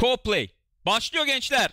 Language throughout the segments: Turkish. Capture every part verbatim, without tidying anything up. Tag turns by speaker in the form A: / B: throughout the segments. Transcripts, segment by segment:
A: Co-Play başlıyor gençler.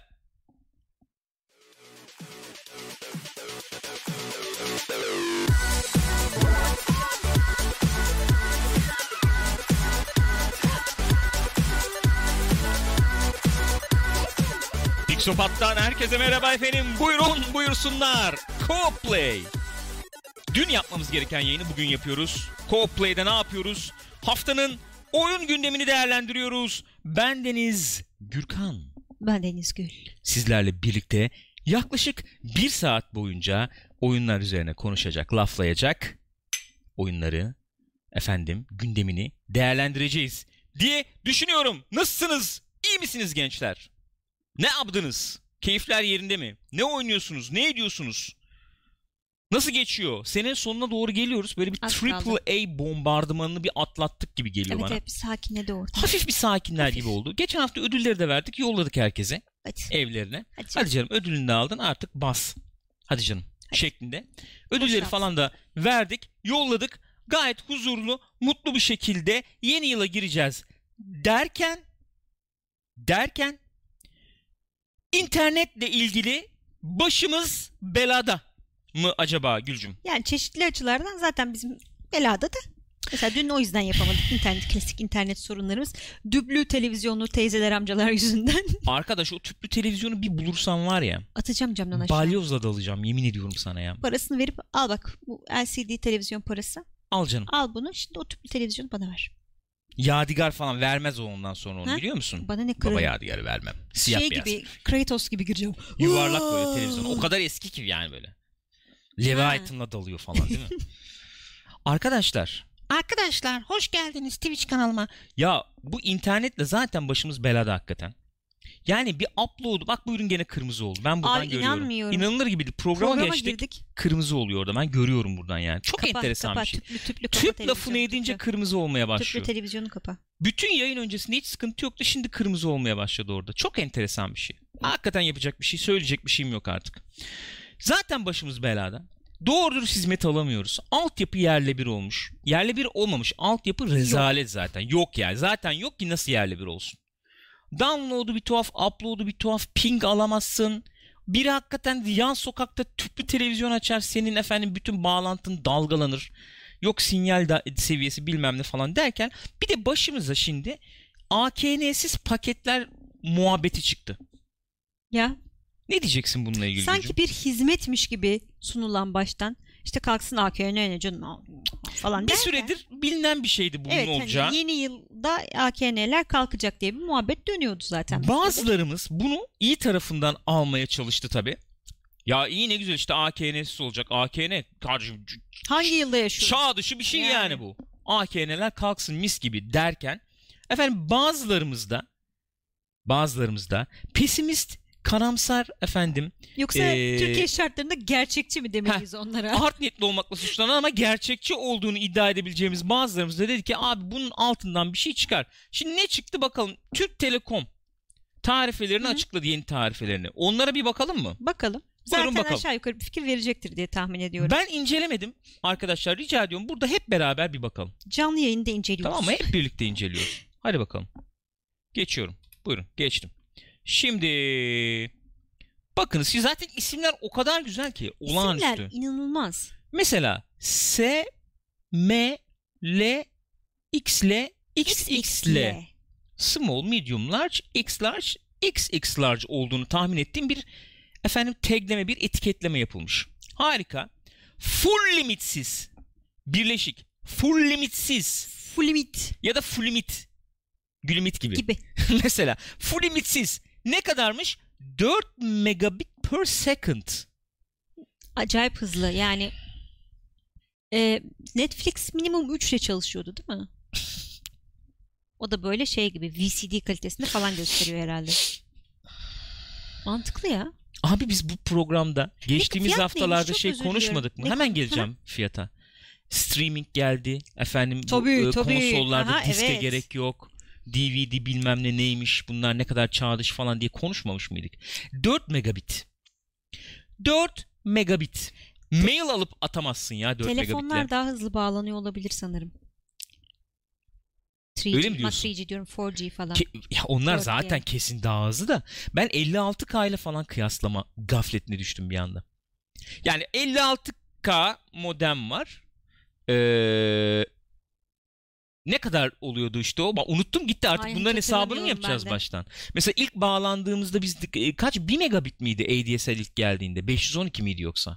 A: Pixopat'tan herkese merhaba efendim. Buyurun buyursunlar. Co-Play. Dün yapmamız gereken yayını bugün yapıyoruz. Co-Play'de ne yapıyoruz? Haftanın oyun gündemini değerlendiriyoruz. Ben Deniz Gürkan.
B: Ben Deniz Gül.
A: Sizlerle birlikte yaklaşık bir saat boyunca oyunlar üzerine konuşacak, laflayacak, oyunları, efendim gündemini değerlendireceğiz diye düşünüyorum. Nasılsınız? İyi misiniz gençler? Ne yaptınız? Keyifler yerinde mi? Ne oynuyorsunuz? Ne ediyorsunuz? Nasıl geçiyor? Senenin sonuna doğru geliyoruz. Böyle bir
B: Az
A: Triple
B: kaldı.
A: A bombardımanını bir atlattık gibi geliyor
B: Evet
A: bana.
B: evet bir sakinledi ortam.
A: Hafif bir sakinler
B: Hafif.
A: gibi oldu. Geçen hafta ödülleri de verdik. Yolladık herkese
B: Hadi.
A: evlerine.
B: Hadi canım.
A: Hadi canım ödülünü de aldın artık bas. Hadi canım
B: Hadi.
A: şeklinde. Ödülleri
B: şans.
A: falan da verdik. Yolladık. Gayet huzurlu, mutlu bir şekilde yeni yıla gireceğiz. Derken derken internetle ilgili başımız belada mı acaba Gülcüm?
B: Yani çeşitli açılardan zaten bizim belada da. Mesela dün o yüzden yapamadık. İnternet, klasik internet sorunlarımız. Düblü televizyonlu teyzeler amcalar yüzünden.
A: Arkadaş o tüplü televizyonu bir bulursam var ya.
B: Atacağım camdan aşağı.
A: Balyozla dalacağım yemin ediyorum sana ya.
B: Parasını verip al bak bu L C D televizyon parası.
A: Al canım.
B: Al bunu şimdi o tüplü televizyonu bana ver.
A: Yadigar falan vermez o ondan sonra onu
B: Ha?
A: biliyor musun?
B: Bana ne
A: Baba
B: kırarım.
A: Yadigar'ı vermem. Siyah
B: Şey
A: beyaz.
B: gibi Kratos gibi gireceğim.
A: Yuvarlak böyle televizyon. O kadar eski ki yani böyle. Leviathan'la dalıyor falan değil mi? Arkadaşlar. Arkadaşlar hoş geldiniz Twitch kanalıma. Ya bu internetle zaten başımız belada hakikaten. Yani bir upload bak buyurun gene kırmızı oldu. Ben buradan
B: Ay,
A: görüyorum.
B: inanmıyorum.
A: İnanılır gibi değil. Programa,
B: Programa
A: geçtik.
B: girdik.
A: Kırmızı oluyor orada. Ben görüyorum buradan yani. Çok
B: Kapa,
A: enteresan
B: kapa,
A: bir şey.
B: Tüplü, tüplü, kapa
A: Tüp
B: televizyonu,
A: lafını edince
B: tüplü.
A: kırmızı olmaya başlıyor.
B: Tüplü televizyonu kapa.
A: Bütün yayın öncesinde hiç sıkıntı yoktu. Şimdi kırmızı olmaya başladı orada. Çok enteresan bir şey. Hakikaten yapacak bir şey, söyleyecek bir şeyim yok artık. Zaten başımız belada. Doğru dürüst hizmet alamıyoruz. Altyapı yerle bir olmuş. Yerle bir olmamış. Altyapı rezalet yok. Zaten. Yok yani. Zaten yok ki nasıl yerle bir olsun. Download'u bir tuhaf, upload'u bir tuhaf, ping alamazsın. Biri hakikaten yan sokakta tüplü televizyon açar. Senin efendim bütün bağlantın dalgalanır. Yok sinyal da seviyesi bilmem ne falan derken bir de başımıza şimdi A K N'siz paketler muhabbeti çıktı.
B: Ya
A: Ne diyeceksin bununla ilgili?
B: sanki
A: Gücüm?
B: bir hizmetmiş gibi sunulan baştan işte kalksın A K N ne canım falan
A: Bir
B: derken,
A: süredir bilinen bir şeydi bunun
B: evet,
A: olacağı.
B: hani yeni yılda A K N'ler kalkacak diye bir muhabbet dönüyordu zaten.
A: Bazılarımız bunu iyi tarafından almaya çalıştı tabii. Ya iyi ne güzel işte A K N'siz olacak. A K N kardeşim
B: Hangi yılda yaşıyoruz?
A: çağ dışı bir şey yani,
B: Yani.
A: bu. A K N'ler kalksın mis gibi derken efendim bazılarımızda bazılarımızda pesimist, karamsar efendim
B: Yoksa
A: Ee,
B: Türkiye şartlarında gerçekçi mi demeliyiz onlara?
A: art niyetli olmakla suçlanan ama gerçekçi olduğunu iddia edebileceğimiz bazılarımız da dedi ki abi bunun altından bir şey çıkar. Şimdi ne çıktı bakalım. Türk Telekom tarifelerini
B: Hı-hı.
A: açıkladı, yeni tarifelerini. Onlara bir bakalım mı?
B: Bakalım.
A: Buyurun
B: Zaten
A: bakalım.
B: aşağı yukarı bir fikir verecektir diye tahmin ediyorum.
A: Ben incelemedim arkadaşlar, rica ediyorum. Burada hep beraber bir bakalım.
B: Canlı yayında inceliyoruz.
A: Tamam mı? Hep birlikte inceliyoruz. Hadi bakalım. Geçiyorum. Buyurun geçtim. Şimdi bakınız siz zaten isimler o kadar güzel ki olağanüstü.
B: İsimler inanılmaz.
A: Mesela S, M, L, X, L, X, X, L. Small, medium, large, X large, X X large olduğunu tahmin ettiğim bir efendim tagleme, bir etiketleme yapılmış. Harika. Full limitsiz. Birleşik. Full limitsiz.
B: Full limit
A: Ya da full limit. Gülümit gibi.
B: gibi.
A: Mesela full limitsiz. Ne kadarmış? dört megabit per second.
B: Acayip hızlı yani. e, Netflix minimum üç ile çalışıyordu değil mi? O da böyle şey gibi V C D kalitesinde falan gösteriyor herhalde. Mantıklı ya.
A: Abi biz bu programda geçtiğimiz
B: fiyat
A: haftalarda
B: neymiş? Çok
A: şey
B: özür
A: konuşmadık
B: diliyorum.
A: mı?
B: Ne-
A: Hemen geleceğim fiyata. Streaming geldi. Efendim
B: Tabii,
A: bu e,
B: tabii.
A: konsollarda
B: Aha,
A: diske
B: evet.
A: gerek yok. D V D bilmem ne neymiş. Bunlar ne kadar çağ dışı falan diye konuşmamış mıydık? dört megabit. dört megabit. Mail alıp atamazsın ya dört
B: Telefonlar
A: megabitle.
B: daha hızlı bağlanıyor olabilir sanırım. üç
A: Öyle
B: G,
A: mi diyorsun?
B: üç G diyorum, dört G falan.
A: Ke- ya onlar
B: dört G.
A: zaten kesin daha hızlı da ben elli altı K ile falan kıyaslama gafletine düştüm bir anda. Yani elli altı K modem var. Ee, ne kadar oluyordu işte o? Bak, unuttum gitti artık.
B: Ay,
A: Bunların
B: hiç
A: hesabını mı
B: hatırlamıyorum
A: yapacağız
B: ben de.
A: baştan? Mesela ilk bağlandığımızda biz e, kaç bir megabit miydi A D S L ilk geldiğinde? beş yüz on iki miydi yoksa?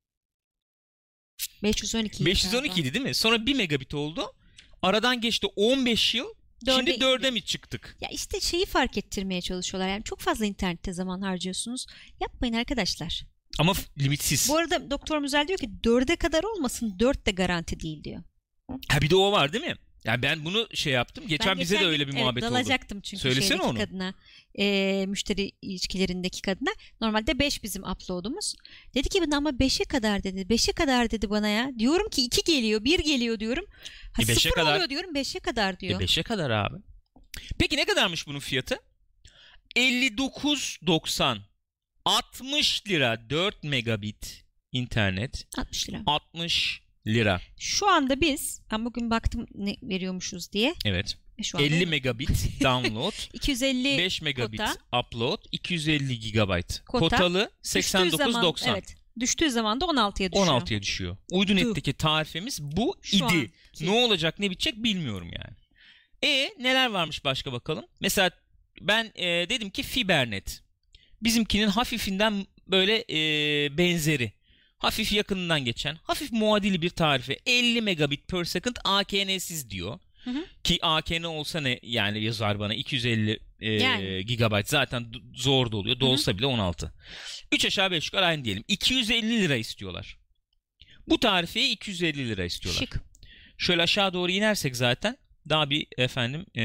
B: beş yüz on iki.
A: beş yüz on iki idi değil mi? Sonra bir megabit oldu. Aradan geçti on beş yıl.
B: Dörde
A: Şimdi dörde
B: indik.
A: mi çıktık?
B: Ya işte şeyi fark ettirmeye çalışıyorlar. Yani çok fazla internette zaman harcıyorsunuz. Yapmayın arkadaşlar.
A: Ama f- limitsiz.
B: Bu arada Doktor Müzel diyor ki dörde kadar olmasın, dört de garanti değil diyor.
A: Ha bir de o var değil mi? Yani ben bunu şey yaptım. Geçen
B: Ben
A: bize de
B: geçen
A: öyle
B: gün,
A: bir
B: evet,
A: muhabbet oldu.
B: dalacaktım çünkü
A: Söylesene
B: şeydeki
A: onu.
B: kadına, e, müşteri ilişkilerindeki kadına. Normalde beş bizim upload'umuz. Dedi ki bana ama beşe kadar dedi. beşe kadar dedi bana ya. Diyorum ki iki geliyor, bir geliyor diyorum. Ha,
A: E, beşe
B: sıfır
A: kadar.
B: oluyor diyorum, beşe kadar diyor.
A: E beşe kadar abi. Peki ne kadarmış bunun fiyatı? elli dokuz doksan. altmış lira dört megabit internet.
B: altmış lira.
A: altmış lira.
B: Şu anda biz, ben bugün baktım ne veriyormuşuz diye.
A: Evet.
B: E, Şu anda
A: elli megabit download.
B: iki yüz elli
A: beş megabit
B: kota.
A: upload. iki yüz elli gigabayt.
B: Kota.
A: Kotalı seksen
B: Düştüğü
A: dokuz
B: zaman,
A: doksan.
B: evet, düştüğü zaman da on altıya düşüyor.
A: on altıya düşüyor. Uydunet'teki tarifemiz bu
B: Şu
A: idi.
B: anki.
A: Ne olacak ne bitecek bilmiyorum yani. E neler varmış başka bakalım. Mesela ben e, dedim ki Fibernet. Bizimkinin hafifinden böyle e, benzeri. Hafif yakınından geçen, hafif muadili bir tarife. elli megabit per second A K N'siz diyor.
B: Hı hı.
A: Ki A K N olsa ne yani yazar bana iki yüz elli e,
B: Yani.
A: gigabayt zaten d- zor da oluyor. Dolsa bile on altı. üç aşağı beş yukarı aynı diyelim. iki yüz elli lira istiyorlar. Bu tarifeyi iki yüz elli lira istiyorlar.
B: Şık.
A: Şöyle aşağı doğru inersek zaten daha bir efendim e,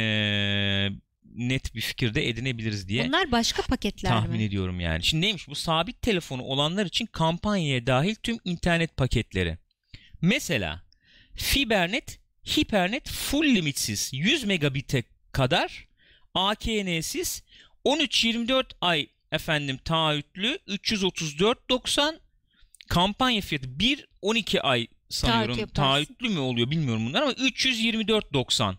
A: net bir fikir de edinebiliriz diye
B: Bunlar başka paketler
A: tahmin
B: mi?
A: ediyorum yani. Şimdi neymiş bu? Sabit telefonu olanlar için kampanyaya dahil tüm internet paketleri. Mesela Fibernet, Hipernet full limitsiz yüz megabit'e kadar, A K N'siz on üç yirmi dört ay efendim taahhütlü üç yüz otuz dört doksan, kampanya fiyatı bir on iki ay sanıyorum
B: Taahhüt yaparsın.
A: taahhütlü mü oluyor bilmiyorum bunlar ama üç yüz yirmi dört doksan.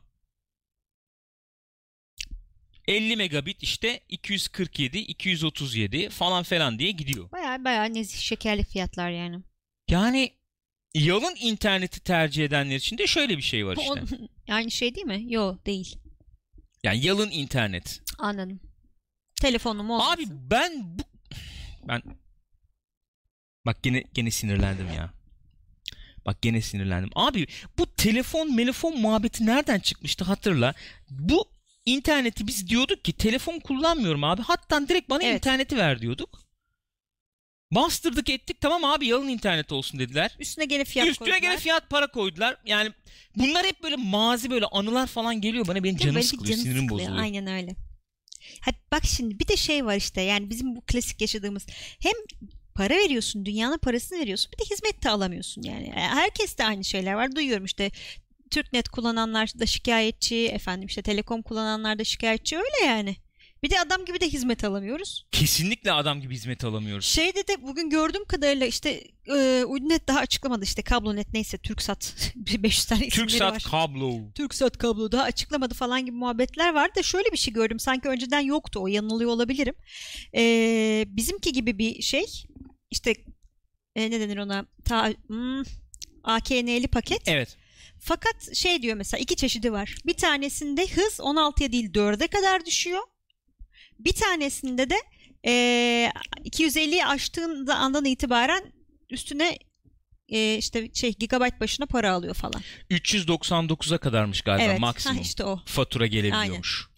A: elli megabit işte iki yüz kırk yedi, iki yüz otuz yedi falan falan diye gidiyor.
B: Baya baya nezih şekerli fiyatlar yani.
A: Yani yalın interneti tercih edenler için de şöyle bir şey var
B: Bu
A: işte.
B: on- aynı şey değil mi? Yok değil.
A: Yani yalın internet.
B: Anladım. Telefonum olmasın.
A: Abi ben bu ben bak gene gene sinirlendim ya. Bak gene sinirlendim. Abi bu telefon melefon muhabbeti nereden çıkmıştı hatırla. Bu interneti biz diyorduk ki telefon kullanmıyorum abi. Hatta direkt bana
B: Evet.
A: interneti ver diyorduk. Bastırdık ettik, tamam abi yalın internet olsun dediler.
B: Üstüne gene fiyat
A: Üstüne
B: koydular.
A: gene fiyat para koydular. Yani bunlar hep böyle mazi böyle anılar falan geliyor bana, benim
B: Değil mi?
A: canım
B: Böyle bir
A: sıkılıyor,
B: canı
A: sinirim
B: sıkılıyor.
A: bozuluyor.
B: Aynen öyle. Hadi bak şimdi bir de şey var işte, yani bizim bu klasik yaşadığımız, hem para veriyorsun, dünyanın parasını veriyorsun, bir de hizmet de alamıyorsun yani. Herkes de aynı şeyler var. Duyuyorum işte Türknet kullananlar da şikayetçi, efendim işte Telekom kullananlar da şikayetçi, öyle yani. Bir de adam gibi de hizmet alamıyoruz.
A: Kesinlikle adam gibi hizmet alamıyoruz.
B: Şeyde de bugün gördüğüm kadarıyla işte e, Uydunet daha açıklamadı, işte Kablonet neyse, Türksat beş yüz tane isimleri
A: Türksat
B: var.
A: kablo.
B: Türksat kablo daha açıklamadı falan gibi muhabbetler var da şöyle bir şey gördüm, sanki önceden yoktu, o yanılıyor olabilirim. Ee, bizimki gibi bir şey işte, e, ne denir ona, ta, hmm, A K N'li paket.
A: Evet.
B: Fakat şey diyor mesela, iki çeşidi var. Bir tanesinde hız on altıya değil dörde kadar düşüyor. Bir tanesinde de e, iki yüz elliyi aştığın andan itibaren üstüne e, işte şey gigabayt başına para alıyor falan.
A: üç yüz doksan dokuza kadarmış galiba
B: Evet.
A: maksimum
B: Ha, işte o.
A: fatura gelebiliyormuş.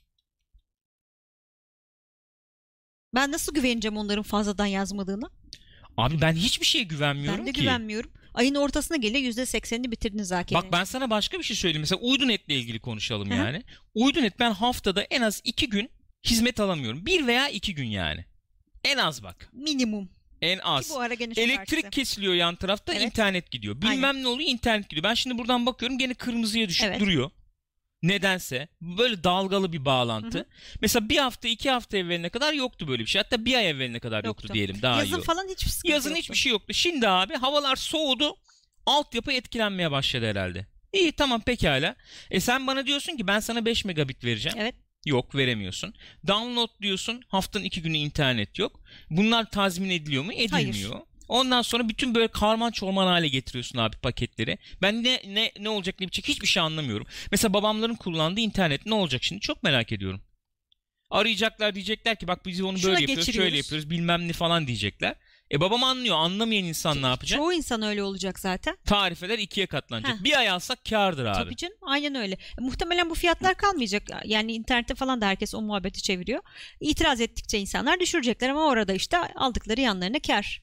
B: Ben nasıl güveneceğim onların fazladan yazmadığına?
A: Abi ben hiçbir şeye güvenmiyorum
B: Ben de
A: ki.
B: güvenmiyorum. Ayın ortasına geliyor yüzde seksenini bitirdiniz A K N'nin.
A: Bak ben sana başka bir şey söyleyeyim. Mesela Uydunet'le ilgili konuşalım
B: Hı hı.
A: yani. Uydunet ben haftada en az iki gün hizmet alamıyorum. Bir veya iki gün yani. En az bak.
B: Minimum.
A: En
B: Ki
A: az.
B: bu ara gene çok
A: Elektrik
B: arttı.
A: kesiliyor yan tarafta,
B: Evet.
A: internet gidiyor. Bilmem
B: Aynen.
A: ne oluyor, internet gidiyor. Ben şimdi buradan bakıyorum gene kırmızıya düşüp
B: Evet.
A: duruyor. Nedense. Böyle dalgalı bir bağlantı.
B: Hı hı.
A: Mesela bir hafta iki hafta evveline kadar yoktu böyle bir şey. Hatta bir ay evveline kadar yoktu,
B: Yoktu.
A: diyelim. Daha iyi
B: Yazın
A: olur.
B: falan hiçbir sıkıntı
A: Yazın
B: yoktu.
A: hiçbir şey yoktu. Şimdi abi havalar soğudu. Altyapı etkilenmeye başladı herhalde. İyi tamam pekala. E sen bana diyorsun ki ben sana beş megabit vereceğim.
B: Evet.
A: Yok veremiyorsun. Download diyorsun, haftanın iki günü internet yok. Bunlar tazmin ediliyor mu? Edilmiyor. Hayır. Ondan sonra bütün böyle karman çorman hale getiriyorsun abi paketleri. Ben ne ne ne olacak ne bitecek hiçbir şey anlamıyorum. Mesela babamların kullandığı internet ne olacak şimdi çok merak ediyorum. Arayacaklar, diyecekler ki bak biz onu
B: Şuna
A: böyle yapıyoruz, şöyle yapıyoruz bilmem ne falan diyecekler. E babam anlıyor, anlamayan insan ne yapacak?
B: Çoğu insan öyle olacak zaten.
A: Tarifeler ikiye katlanacak. Heh. Bir ay alsak kârdır abi.
B: Tabii canım, aynen öyle. E, muhtemelen bu fiyatlar kalmayacak. Yani internette falan da herkes o muhabbeti çeviriyor. İtiraz ettikçe insanlar düşürecekler ama orada işte aldıkları yanlarına kâr.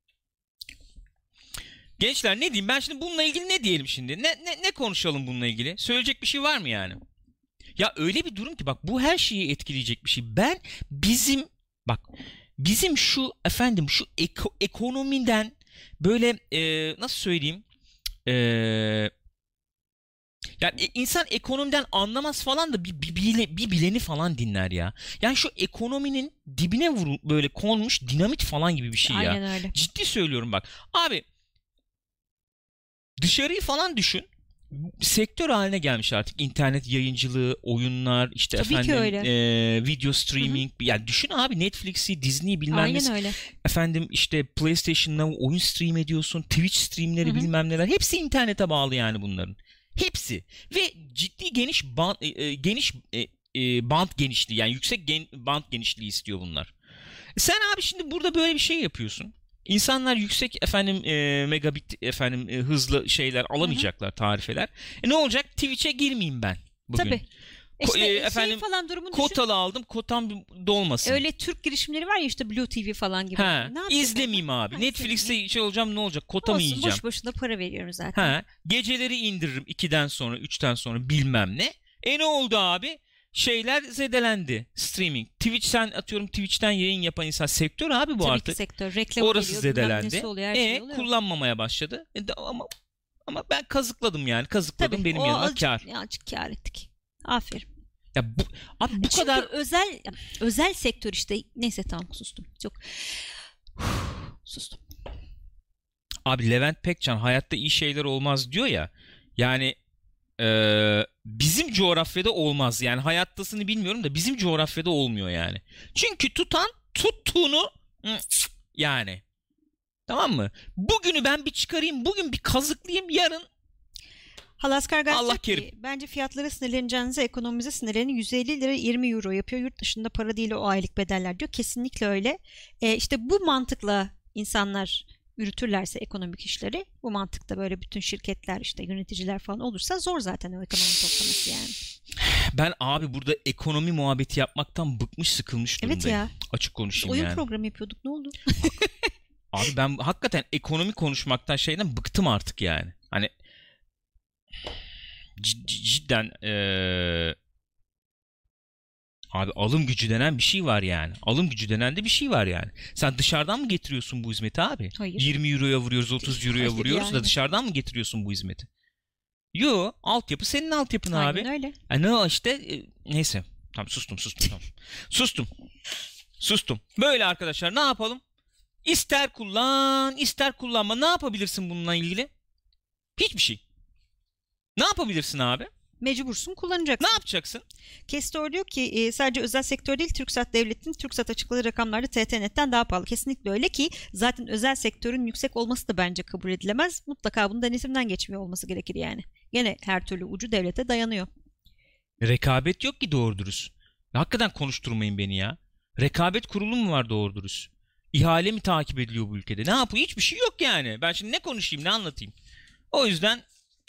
A: Gençler ne diyeyim ben şimdi bununla ilgili ne diyelim şimdi? Ne, ne, ne konuşalım bununla ilgili? Söyleyecek bir şey var mı yani? Ya öyle bir durum ki bak bu her şeyi etkileyecek bir şey. Ben bizim bak bizim şu efendim şu eko, ekonomiden böyle e, nasıl söyleyeyim e, yani insan ekonomiden anlamaz falan da bir, bir, bir, bir bileni falan dinler ya. Yani şu ekonominin dibine vur, böyle konmuş dinamit falan gibi bir şey ya.
B: Aynen öyle.
A: Ciddi söylüyorum bak. Abi dışarıyı falan düşün. Sektör haline gelmiş artık internet yayıncılığı, oyunlar, işte
B: Tabii
A: efendim e, video streaming. Hı hı. Yani düşün abi Netflix'i, Disney'i bilmem ne.
B: Aynen öyle.
A: Efendim işte PlayStation'la oyun stream ediyorsun, Twitch streamleri hı hı. bilmem neler. Hepsi internete bağlı yani bunların. Hepsi ve ciddi geniş band, e, geniş e, e, band genişliği yani yüksek gen, band genişliği istiyor bunlar. Sen abi şimdi burada böyle bir şey yapıyorsun. İnsanlar yüksek efendim e, megabit efendim e, hızlı şeyler alamayacaklar, hı hı. tarifeler. E ne olacak? Twitch'e girmeyeyim ben bugün.
B: Tabii. İşte
A: Ko- e, efendim
B: şey falan durumunu
A: kotalı
B: düşün.
A: aldım, kotam dolmasın.
B: Öyle Türk girişimleri var ya işte Blue T V falan gibi.
A: Ha, izlemeyeyim abi. Ha, Netflix'te şey olacağım ne olacak? Kota mı yiyeceğim?
B: Boş boşuna para veriyorum zaten.
A: Ha, geceleri indiririm ikiden sonra, üçten sonra bilmem ne. E ne oldu abi? Şeyler zedelendi. Streaming. Twitch sen atıyorum Twitch'ten yayın yapan insan sektör abi bu
B: Tabii
A: artık.
B: Ki sektör. Reklam
A: orası
B: geliyor,
A: zedelendi.
B: Oluyor,
A: e
B: şey
A: kullanmamaya başladı. E, de, ama ama ben kazıkladım yani. Kazıkladım
B: Tabii,
A: benim
B: o
A: yanıma
B: azıcık,
A: kar.
B: Azıcık kar ettik. Aferin.
A: Ya bu abi bu
B: Çünkü
A: kadar
B: özel özel sektör işte neyse tamam sustum. Çok sustum.
A: Abi Levent Pekcan hayatta iyi şeyler olmaz diyor ya. Yani Ee, bizim coğrafyada olmaz yani hayattasını bilmiyorum da bizim coğrafyada olmuyor yani. Çünkü tutan tuttuğunu yani tamam mı? Bugünü ben bir çıkarayım, bugün bir kazıklayayım, yarın
B: Halaskar
A: Allah
B: ki,
A: kerim.
B: Bence fiyatlara sinirleneceğinize ekonomimize sinirlenin. yüz elli lira yirmi euro yapıyor. Yurt dışında para değil o aylık bedeller diyor. Kesinlikle öyle. Ee, işte bu mantıkla insanlar yürütürlerse ekonomik işleri, bu mantıkta böyle bütün şirketler işte yöneticiler falan olursa zor zaten o ekonomi toplaması yani.
A: Ben abi burada ekonomi muhabbeti yapmaktan bıkmış sıkılmış durumdayım.
B: Evet ya.
A: Açık konuşayım
B: oyun
A: yani.
B: Oyun programı yapıyorduk, ne oldu?
A: Abi ben hakikaten ekonomi konuşmaktan şeyden bıktım artık yani. Hani cidden ee... abi alım gücü denen bir şey var yani. Alım gücü denen de bir şey var yani. Sen dışarıdan mı getiriyorsun bu hizmeti abi?
B: Hayır.
A: yirmi euroya vuruyoruz, otuz euroya
B: Hayır
A: vuruyoruz
B: yani.
A: da dışarıdan mı getiriyorsun bu hizmeti? Yo, altyapı senin altyapın
B: Aynen
A: abi.
B: Aynen öyle.
A: E ne o işte e, neyse. Tamam sustum sustum tamam. sustum. Sustum. Böyle arkadaşlar ne yapalım? İster kullan, ister kullanma. Ne yapabilirsin bununla ilgili? Hiçbir şey. Ne yapabilirsin abi?
B: Mecbursun, kullanacaksın.
A: Ne yapacaksın?
B: Kestor diyor ki e, sadece özel sektör değil, TürkSat devletinin TürkSat açıkladığı rakamlarda T T Net'ten daha pahalı. Kesinlikle öyle ki zaten özel sektörün yüksek olması da bence kabul edilemez. Mutlaka bunun denetimden geçmiyor olması gerekir yani. Gene her türlü ucu devlete dayanıyor.
A: Rekabet yok ki doğru dürüst. Hakikaten konuşturmayın beni ya. Rekabet kurulu mu var doğru dürüst? İhale mi takip ediliyor bu ülkede? Ne yapıyor? Hiçbir şey yok yani. Ben şimdi ne konuşayım, ne anlatayım? O yüzden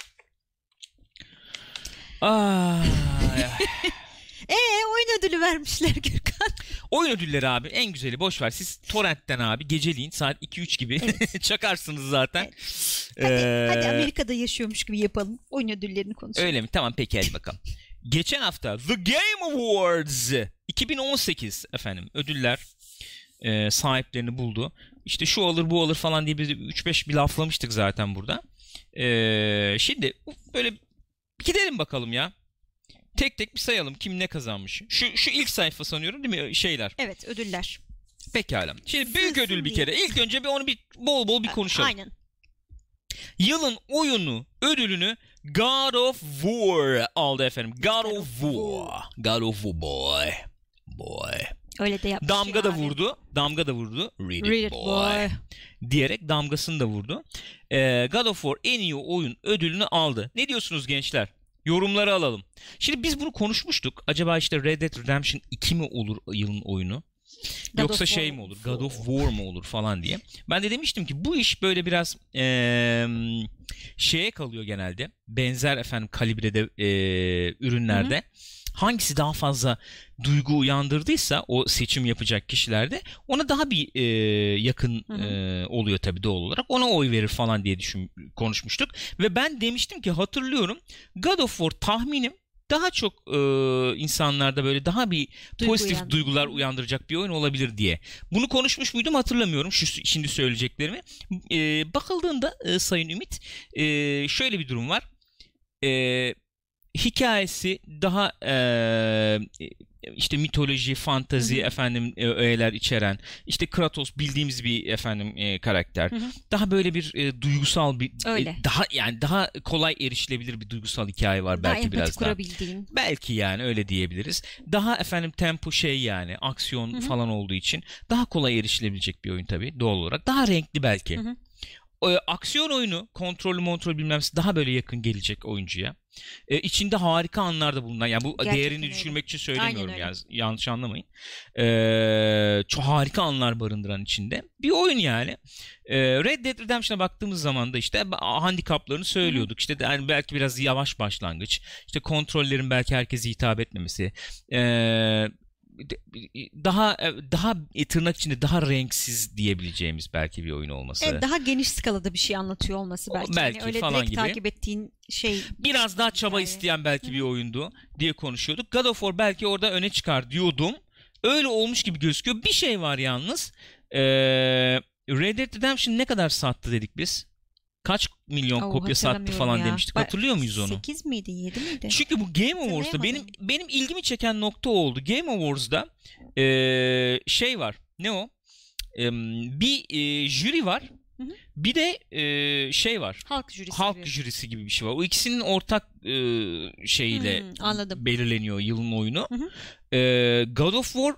A: Aa,
B: Eee oyun ödülü vermişler Gürkan.
A: Oyun ödülleri abi en güzeli, boş ver. Siz torrentten abi geceliğin saat iki üç gibi evet. çakarsınız zaten.
B: Evet. Hadi, ee... hadi Amerika'da yaşıyormuş gibi yapalım. Oyun ödüllerini konuşalım.
A: Öyle mi? Tamam peki hadi bakalım. Geçen hafta The Game Awards iki bin on sekiz efendim ödüller e, sahiplerini buldu. İşte şu alır bu alır falan diye biz üç beş bir laflamıştık zaten burada. E, şimdi böyle gidelim bakalım ya. Tek tek bir sayalım kim ne kazanmış. Şu şu ilk sayfa sanıyorum değil mi şeyler?
B: Evet, ödüller.
A: Pekala. Şimdi büyük Sızsın ödül bir diye. kere. İlk önce bir onu bir bol bol bir konuşalım.
B: Aynen.
A: Yılın oyunu ödülünü God of War aldı efendim. God of War. God of War boy. Boy.
B: Öyle de yapmış
A: Damga da
B: yani.
A: vurdu. Damga da vurdu. Read,
B: Read
A: it
B: it
A: boy.
B: boy.
A: Diyerek damgasını da vurdu. Ee, God of War en iyi oyun ödülünü aldı. Ne diyorsunuz gençler? Yorumları alalım. Şimdi biz bunu konuşmuştuk. Acaba işte Red Dead Redemption iki mi olur yılın oyunu?
B: God
A: Yoksa
B: of
A: şey
B: War.
A: mi olur? God of War mu olur falan diye. Ben de demiştim ki bu iş böyle biraz ee, şeye kalıyor genelde. Benzer efendim kalibrede ee, ürünlerde. Hı hı. Hangisi daha fazla duygu uyandırdıysa o seçim yapacak kişilerde ona daha bir e, yakın hı hı. E, oluyor tabii doğal olarak. Ona oy verir falan diye düşün, konuşmuştuk. Ve ben demiştim ki hatırlıyorum God of War tahminim daha çok e, insanlarda böyle daha bir Duygu pozitif uyandı. duygular uyandıracak bir oyun olabilir diye. Bunu konuşmuş muydum hatırlamıyorum şu şimdi söyleyeceklerimi. E, bakıldığında e, Sayın Ümit e, şöyle bir durum var. Eee hikayesi daha e, işte mitoloji, fantazi, hı hı. efendim e, öğeler içeren, işte Kratos bildiğimiz bir efendim e, karakter. Hı hı. Daha böyle bir e, duygusal bir e, daha yani daha kolay erişilebilir bir duygusal hikaye var daha belki biraz daha. Belki yani öyle diyebiliriz. Daha efendim tempo şey yani aksiyon hı hı. falan olduğu için daha kolay erişilebilecek bir oyun tabii doğal olarak. Daha renkli belki. Hı hı. O, aksiyon oyunu, kontrollü montrol bilmemsi daha böyle yakın gelecek oyuncuya. Ee, içinde harika anlar da bulunan. Yani bu gerçekten değerini öyle. Düşürmek için söylemiyorum yani. Yanlış anlamayın. Ee, çok harika anlar barındıran içinde. Bir oyun yani. Ee, Red Dead Redemption'a baktığımız zaman da işte handikaplarını söylüyorduk. Hı-hı. İşte yani belki biraz yavaş başlangıç. İşte kontrollerin belki herkese hitap etmemesi. Eee daha daha tırnak içinde daha renksiz diyebileceğimiz belki bir oyun olması.
B: Evet, daha geniş skalada bir şey anlatıyor olması belki.
A: belki
B: yani öyle
A: falan
B: direkt
A: gibi.
B: Takip ettiğin şey
A: biraz daha çaba yani. isteyen belki Hı-hı. bir oyundu diye konuşuyorduk. God of War belki orada öne çıkar diyordum. Öyle olmuş gibi gözüküyor. Bir şey var yalnız. Ee, Red Dead Redemption ne kadar sattı dedik biz? Kaç milyon oh, kopya sattı falan ya. demiştik. Hatırlıyor muyuz onu?
B: sekiz miydi, yedi miydi?
A: Çünkü bu Game Awards'da benim benim ilgimi çeken nokta oldu. Game Awards'da ee, şey var. Ne o? Ee, bir e, jüri var. Hı hı. Bir de e, şey var.
B: Halk jürisi.
A: Halk
B: gibi.
A: jürisi gibi bir şey var. O ikisinin ortak e, şeyiyle
B: hmm,
A: belirleniyor yılın oyunu. Hı hı. E, God of War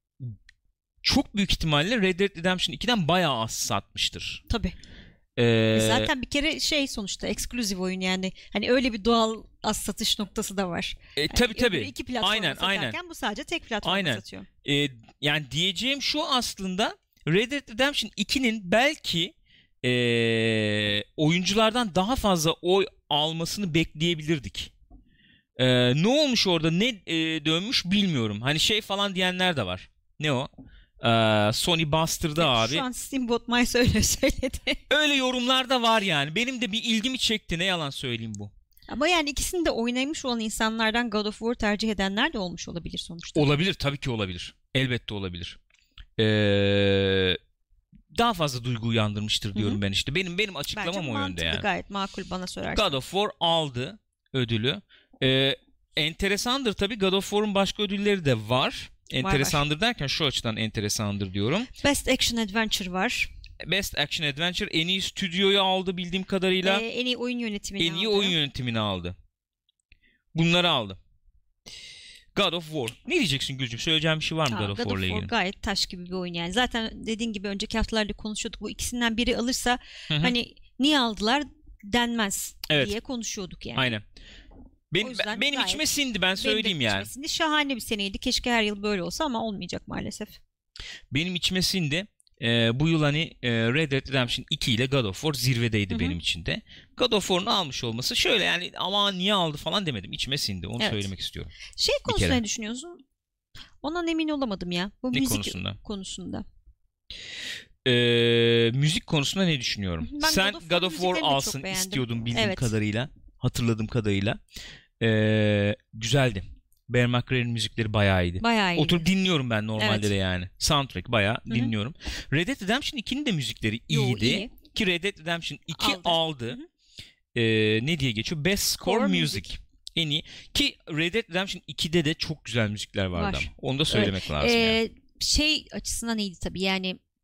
A: çok büyük ihtimalle Red Dead Redemption iki'den bayağı az satmıştır.
B: Tabii. Ee, Zaten bir kere şey sonuçta eksklusif oyun yani hani öyle bir doğal az satış noktası da var.
A: E, tabii yani tabii.
B: İki platformda
A: aynen,
B: satarken
A: aynen.
B: bu sadece tek platformda
A: aynen.
B: satıyor.
A: E, yani diyeceğim şu aslında Red Dead Redemption iki'nin belki e, oyunculardan daha fazla oy almasını bekleyebilirdik. E, ne olmuş orada ne e, dönmüş bilmiyorum. Hani şey falan diyenler de var. Ne o? Ee, Sony bastırdı
B: evet,
A: abi.
B: Şu an Steamboat Mice öyle söyledi.
A: Öyle yorumlar da var yani. Benim de bir ilgimi çekti. Ne yalan söyleyeyim bu.
B: Ama yani ikisini de oynamış olan insanlardan God of War tercih edenler de olmuş olabilir sonuçta.
A: Olabilir. Tabii ki olabilir. Elbette olabilir. Ee, daha fazla duygu uyandırmıştır diyorum Hı-hı. ben işte. Benim benim açıklamam
B: Bence
A: o yönde yani.
B: Gayet makul bana sorarsan.
A: God of War aldı ödülü. Ee, enteresandır tabii. God of War'un başka ödülleri de var. Enteresandır var, var. derken şu açıdan enteresandır diyorum.
B: Best Action Adventure var.
A: Best Action Adventure en iyi stüdyoyu aldı bildiğim kadarıyla.
B: Ee, en iyi oyun yönetimini
A: en
B: aldı.
A: En iyi oyun yönetimini aldı. Bunları aldı. God of War. Ne diyeceksin Gülcüm? Söyleyeceğim bir şey var mı
B: Aa,
A: God of War'la ilgili?
B: God of War gayet taş gibi bir oyun yani. Zaten dediğin gibi önceki haftalarda konuşuyorduk. Bu ikisinden biri alırsa Hı-hı. hani niye aldılar denmez evet. diye konuşuyorduk yani.
A: Aynen. Benim, benim içime sindi ben söyleyeyim yani.
B: Sindi. Şahane bir seneydi. Keşke her yıl böyle olsa ama olmayacak maalesef.
A: Benim içime sindi. Ee, bu yıl hani e, Red Dead Redemption iki ile God of War zirvedeydi Hı-hı. benim için de. God of War'un almış olması şöyle yani ama niye aldı falan demedim. İçime sindi. Onu evet. söylemek istiyorum.
B: Şey konusunda ne düşünüyorsun? Ondan emin olamadım ya. Bu
A: ne
B: müzik
A: konusunda?
B: konusunda.
A: Ee, müzik konusunda ne düşünüyorum? Ben Sen God of, God of War alsın istiyordun bildiğim evet. kadarıyla. Hatırladığım kadarıyla. Ee, güzeldi. Bear McCreary'nin müzikleri bayağı iyiydi.
B: Bayağı iyiydi.
A: Oturup dinliyorum ben normalde evet. de yani. Soundtrack bayağı Hı-hı. dinliyorum. Red Dead Redemption iki'nin de müzikleri iyiydi. Yo, iyi. Ki Red Dead Redemption iki aldı. aldı. Ee, ne diye geçiyor? Best Score, Score Music. Music. En iyi. Ki Red Dead Redemption iki'de de çok güzel müzikler vardı Var. ama. Onu da söylemek evet. lazım. Ee, yani.
B: Şey açısından iyiydi tabii yani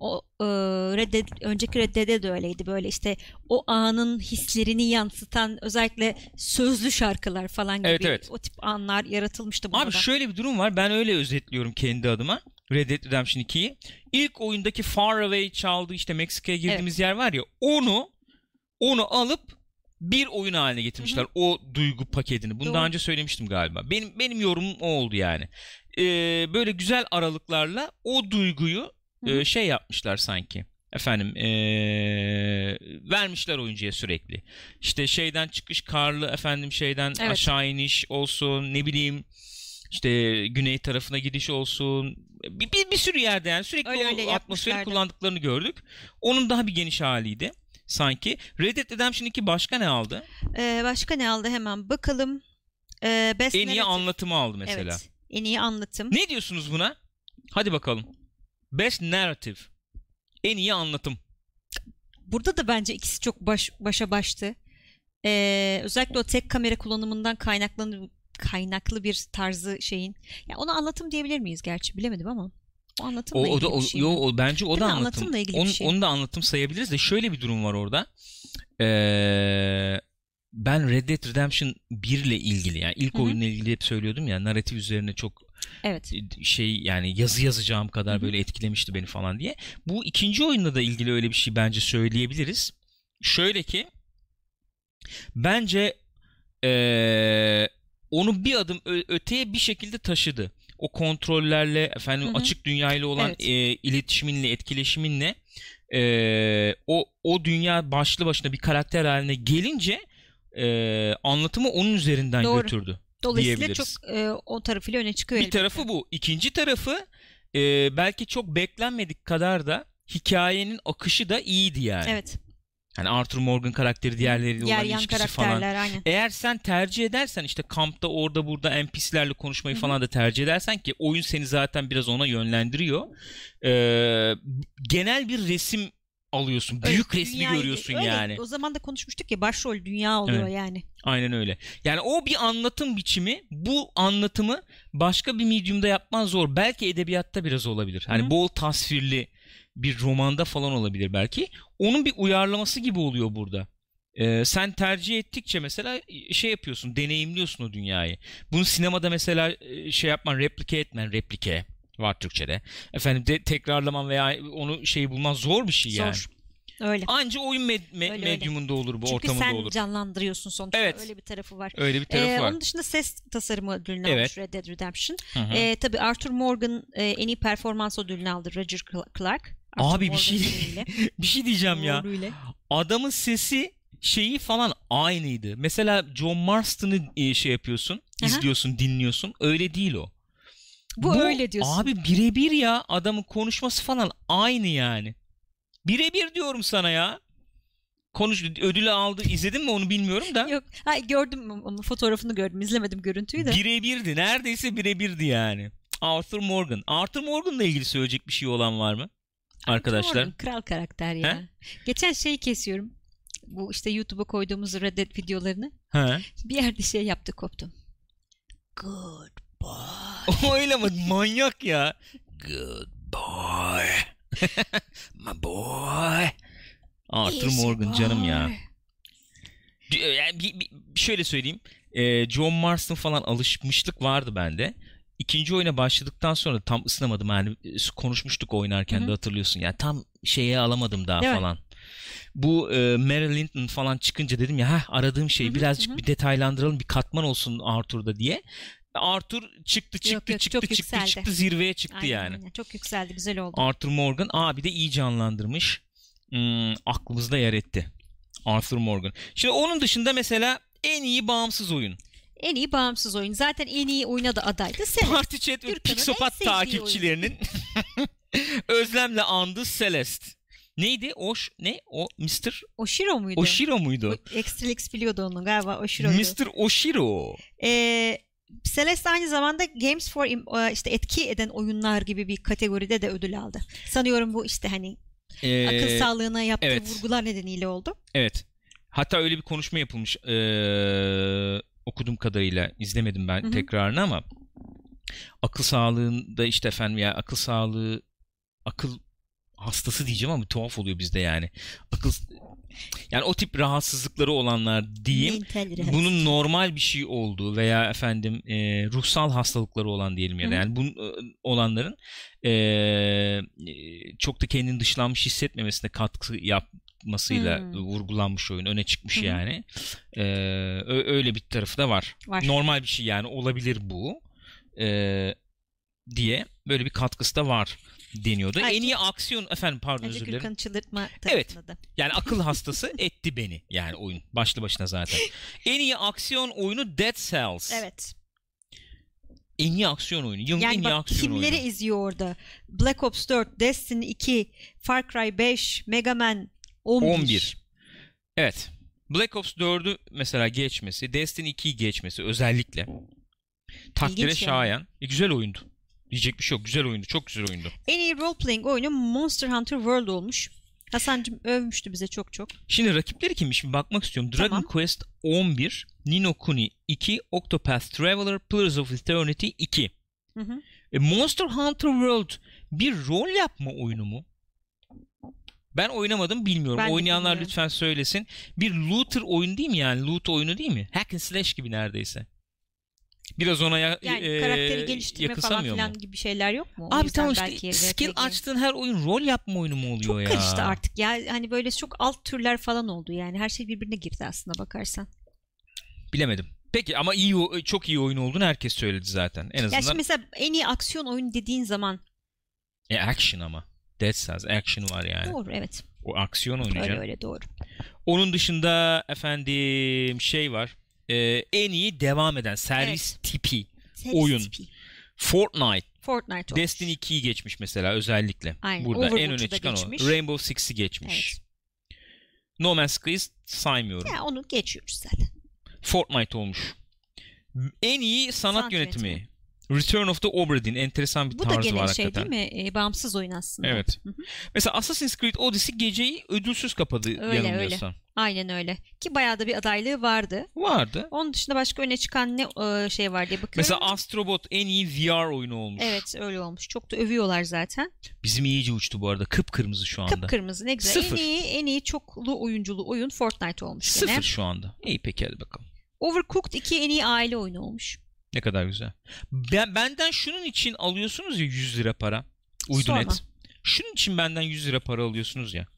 B: O e, Red Dead, önceki Red Dead'de de öyleydi. Böyle işte o anın hislerini yansıtan özellikle sözlü şarkılar falan gibi
A: Evet, evet.
B: o tip anlar yaratılmıştı bunda
A: Abi
B: da.
A: şöyle bir durum var. Ben öyle özetliyorum kendi adıma. Red Dead Redemption ikiyi. İlk oyundaki Far Away çaldığı işte Meksika'ya girdiğimiz yer var ya, onu onu alıp bir oyun haline getirmişler. Hı hı. O duygu paketini. Bunu
B: Doğru.
A: daha önce söylemiştim galiba. Benim benim yorumum o oldu yani. Ee, böyle güzel aralıklarla o duyguyu e, şey yapmışlar sanki. Efendim ee, vermişler oyuncuya sürekli. İşte şeyden çıkış karlı, efendim şeyden
B: Evet.
A: aşağı iniş olsun, ne bileyim işte güney tarafına gidiş olsun. Bir, bir, bir sürü yerde yani sürekli
B: Öyle
A: o
B: öyle
A: atmosferi
B: yapmışlardı.
A: kullandıklarını gördük. Onun daha bir geniş haliydi sanki. Red Dead Redemption iki başka ne aldı?
B: Ee, başka ne aldı hemen bakalım. Ee, Best
A: En iyi
B: Narrative.
A: anlatımı aldı mesela.
B: Evet. En iyi anlatım.
A: Ne diyorsunuz buna? Hadi bakalım. Best Narrative. En iyi anlatım.
B: Burada da bence ikisi çok baş, başa baştı. Ee, özellikle o tek kamera kullanımından kaynaklı kaynaklı bir tarzı şeyin. Ya ona anlatım diyebilir miyiz gerçi bilemedim ama. O anlatımla
A: O, o
B: ilgili
A: da o,
B: bir şey
A: yo,
B: mi?
A: o bence o
B: Değil
A: da
B: mi?
A: anlatım.
B: Anlatımla ilgili bir
A: Onu,
B: şey.
A: onu da anlatım sayabiliriz de şöyle bir durum var orada. Ee, ben Red Dead Redemption bir ile ilgili yani ilk
B: Hı hı.
A: oyunla ilgili hep söylüyordum ya, narratif üzerine çok
B: Evet.
A: şey yani yazı yazacağım kadar
B: Hı hı.
A: böyle etkilemişti beni falan diye. Bu ikinci oyunla da ilgili öyle bir şey bence söyleyebiliriz. Şöyle ki bence ee, onu bir adım ö- öteye bir şekilde taşıdı. O kontrollerle efendim
B: Hı hı.
A: açık dünyayla olan
B: Evet.
A: e, iletişiminle, etkileşiminle e, o o dünya başlı başına bir karakter haline gelince e, anlatımı onun üzerinden
B: Doğru.
A: götürdü.
B: Dolayısıyla çok e, o tarafıyla öne çıkıyor
A: Bir
B: elbette.
A: tarafı bu. İkinci tarafı e, belki çok beklenmedik kadar da hikayenin akışı da iyiydi yani.
B: Evet.
A: Hani Arthur Morgan karakteri diğerleriyle
B: Yer
A: olan
B: yan
A: ilişkisi falan.
B: karakterler aynen.
A: Eğer sen tercih edersen işte kampta orada burada N P C'lerle konuşmayı
B: Hı hı.
A: falan da tercih edersen ki oyun seni zaten biraz ona yönlendiriyor. Ee, genel bir resim alıyorsun.
B: Öyle,
A: Büyük resmi
B: dünyayı-
A: görüyorsun
B: öyle.
A: yani.
B: O zaman da konuşmuştuk ya başrol dünya oluyor
A: Evet.
B: yani.
A: Aynen öyle. Yani o bir anlatım biçimi. Bu anlatımı başka bir medyumda yapman zor. Belki edebiyatta biraz olabilir. Hani
B: Hı.
A: bol tasvirli bir romanda falan olabilir belki. Onun bir uyarlaması gibi oluyor burada. Ee, sen tercih ettikçe mesela şey yapıyorsun, deneyimliyorsun o dünyayı. Bunu sinemada mesela e, şey yapman, replike etmen, replike var Türkçe'de. Efendim de tekrarlaman veya onu şey bulman zor bir şey yani.
B: Zor. Öyle.
A: Anca oyun med- me-
B: Öyle,
A: medyumunda olur bu,
B: Çünkü
A: ortamında
B: sen
A: olur.
B: canlandırıyorsun sonuçta.
A: Evet.
B: Öyle bir tarafı var.
A: Öyle bir tarafı
B: Ee,
A: var.
B: onun dışında ses tasarımı ödülünü
A: Evet.
B: almış Red Dead Redemption.
A: Hı hı.
B: Ee, tabii Arthur Morgan e, en iyi performans ödülünü aldı. Roger Clark. Arthur
A: Abi bir
B: Morgan
A: şey
B: sesiyle.
A: bir şey diyeceğim ya.
B: Rolüyle.
A: Adamın sesi şeyi falan aynıydı. Mesela John Marston'ı e, şey yapıyorsun,
B: Aha.
A: izliyorsun, dinliyorsun. Öyle değil o.
B: Bu öyle diyorsun.
A: Abi birebir ya, adamın konuşması falan aynı yani. Birebir diyorum sana ya. Konuş, ödülü aldı, izledin mi onu bilmiyorum da.
B: Yok. Ha, gördüm ama fotoğrafını gördüm. İzlemedim görüntüyü de.
A: Birebirdi. Neredeyse birebirdi yani. Arthur Morgan. Arthur Morgan'la ilgili söyleyecek bir şey olan var mı? Arkadaşlar.
B: Morgan, kral karakter ya.
A: He?
B: Geçen şeyi kesiyorum. Bu işte YouTube'a koyduğumuz Red Dead videolarını.
A: Ha.
B: Bir yerde şey yaptı koptum. Good boy.
A: Öyle mi? Manyak ya. Good boy. My boy. Arthur
B: Easy
A: Morgan
B: boy.
A: canım ya. Yani bir, bir, şöyle söyleyeyim. Ee, John Marston falan alışmışlık vardı bende. İkinci oyuna başladıktan sonra tam ısınamadım. Yani konuşmuştuk oynarken
B: Hı hı.
A: de hatırlıyorsun. Yani tam şeye alamadım daha
B: Değil mi?
A: falan. Bu e, Mary Linton falan çıkınca dedim ya heh, aradığım şey
B: Hı hı,
A: birazcık
B: hı.
A: bir detaylandıralım, bir katman olsun Arthur'da diye. Arthur çıktı çıktı
B: Yok, yok,
A: çıktı
B: çok
A: çıktı
B: yükseldi.
A: çıktı zirveye çıktı
B: Aynen,
A: yani.
B: aynen. Çok yükseldi. Güzel oldu.
A: Arthur Morgan abi de iyi canlandırmış. Hmm, aklımızda yer etti. Arthur Morgan. Şimdi onun dışında mesela en iyi bağımsız oyun.
B: En iyi bağımsız oyun. Zaten en iyi oyuna da adaydı. Sen.
A: Party Chat ve
B: Gürkan'ın
A: Pixopat
B: en sevdiği
A: takipçilerinin özlemle andığı Celeste. Neydi? Oş ne? O mister
B: Oshiro muydu?
A: Oshiro muydu?
B: O, Extralix biliyordu onu galiba. Oshiro'ydu.
A: mister Oshiro.
B: Ee, Celeste aynı zamanda Games for im- işte etki eden oyunlar gibi bir kategoride de ödül aldı. Sanıyorum bu işte hani
A: Ee,
B: akıl sağlığına yaptığı
A: evet.
B: vurgular nedeniyle oldu.
A: Evet. Hatta öyle bir konuşma yapılmış. Ee, okuduğum kadarıyla izlemedim ben
B: Hı hı.
A: tekrarını ama akıl sağlığında işte efendim ya akıl sağlığı akıl hastası diyeceğim ama tuhaf oluyor bizde yani. Akıl yani o tip rahatsızlıkları olanlar diyeyim. Bunun normal bir şey olduğu veya efendim e, ruhsal hastalıkları olan diyelim ya da yani bu e, olanların e, çok da kendini dışlanmış hissetmemesine katkı yapmasıyla hmm. vurgulanmış oyun. Öne çıkmış Hı-hı. yani. E, öyle bir tarafı da var. var. Normal bir şey yani olabilir bu. E, diye böyle bir katkısı da var deniyordu. Ayrıca, en iyi aksiyon efendim pardon özür dilerim.
B: Gürkan'ı çıldırtma
A: evet.
B: Da.
A: Yani akıl hastası etti beni yani oyun başlı başına zaten. En iyi aksiyon oyunu Dead Cells.
B: Evet.
A: En iyi aksiyon oyunu. Yılın
B: yani
A: en iyi
B: bak,
A: aksiyon oyunu.
B: Kimleri izliyor orada? Black Ops dört, Destiny iki, Far Cry beş, Mega Man on bir.
A: on bir. Evet. Black Ops dördü mesela geçmesi, Destiny ikiyi geçmesi özellikle takdire İlginç şayan. Yani. E, güzel oyundu. Diyecek bir şey yok. Güzel oyundu. Çok güzel oyundu.
B: En iyi role-playing oyunu Monster Hunter World olmuş. Hasan'cığım övmüştü bize çok çok.
A: Şimdi rakipleri kimmiş? Bir bakmak istiyorum. Dragon tamam. Quest on bir, Ni no Kuni iki, Octopath Traveler, Pillars of Eternity iki. Hı hı. E, Monster Hunter World bir rol yapma oyunu mu? Ben oynamadım bilmiyorum. Ben Oynayanlar lütfen söylesin. Bir looter oyun değil mi yani? Loot oyunu değil mi? Hack and slash gibi neredeyse. Biraz ona ya,
B: yani
A: e,
B: karakteri geliştirme falan filan mu? Gibi şeyler yok mu? O
A: Abi tamam işte skill açtığın her oyun rol yapma oyunu mu oluyor
B: çok
A: ya?
B: Çok karıştı artık ya. Hani böyle çok alt türler falan oldu yani. Her şey birbirine girdi aslında bakarsan.
A: Bilemedim. Peki ama iyi çok iyi oyun olduğunu herkes söyledi zaten. En azından.
B: Ya şimdi mesela en iyi aksiyon oyun dediğin zaman.
A: E action ama. Dead Cells action var yani.
B: Doğru evet.
A: O aksiyon oynayacak.
B: Öyle öyle doğru.
A: Onun dışında efendim şey var. Ee, en iyi devam eden servis evet. tipi servis oyun. Tipi. Fortnite.
B: Fortnite
A: Destiny olmuş. ikiyi geçmiş mesela özellikle.
B: Aynen.
A: Burada
B: Overwatch'u
A: en öne çıkan
B: geçmiş.
A: o. Rainbow Six'i geçmiş. Evet. No Man's Sky'ı saymıyorum.
B: Ya onu geçiyoruz zaten.
A: Fortnite olmuş. En iyi sanat, sanat yönetimi. yönetimi. Return of the Obra Dinn. Enteresan bir
B: Bu
A: tarzı var
B: hakikaten. Bu da
A: şey
B: gene şey değil mi? E, bağımsız oyun aslında.
A: Evet. Hı-hı. Mesela Assassin's Creed Odyssey geceyi ödülsüz kapadı öyle, yanılmıyorsam.
B: Öyle. Aynen öyle. Ki bayağı da bir adaylığı vardı.
A: Vardı.
B: Onun dışında başka öne çıkan ne şey var diye bakıyorum.
A: Mesela Astrobot en iyi V R oyunu olmuş.
B: Evet öyle olmuş. Çok da övüyorlar zaten.
A: Bizim iyice uçtu bu arada. Kıpkırmızı şu anda.
B: Kıpkırmızı ne güzel.
A: Sıfır.
B: En iyi, en iyi çoklu oyunculu oyun Fortnite olmuş.
A: Sıfır
B: gene.
A: şu anda. İyi peki hadi bakalım.
B: Overcooked iki en iyi aile oyunu olmuş.
A: Ne kadar güzel. Ben, benden şunun için alıyorsunuz ya yüz lira para. Uydunet. Şunun için benden yüz lira para alıyorsunuz ya.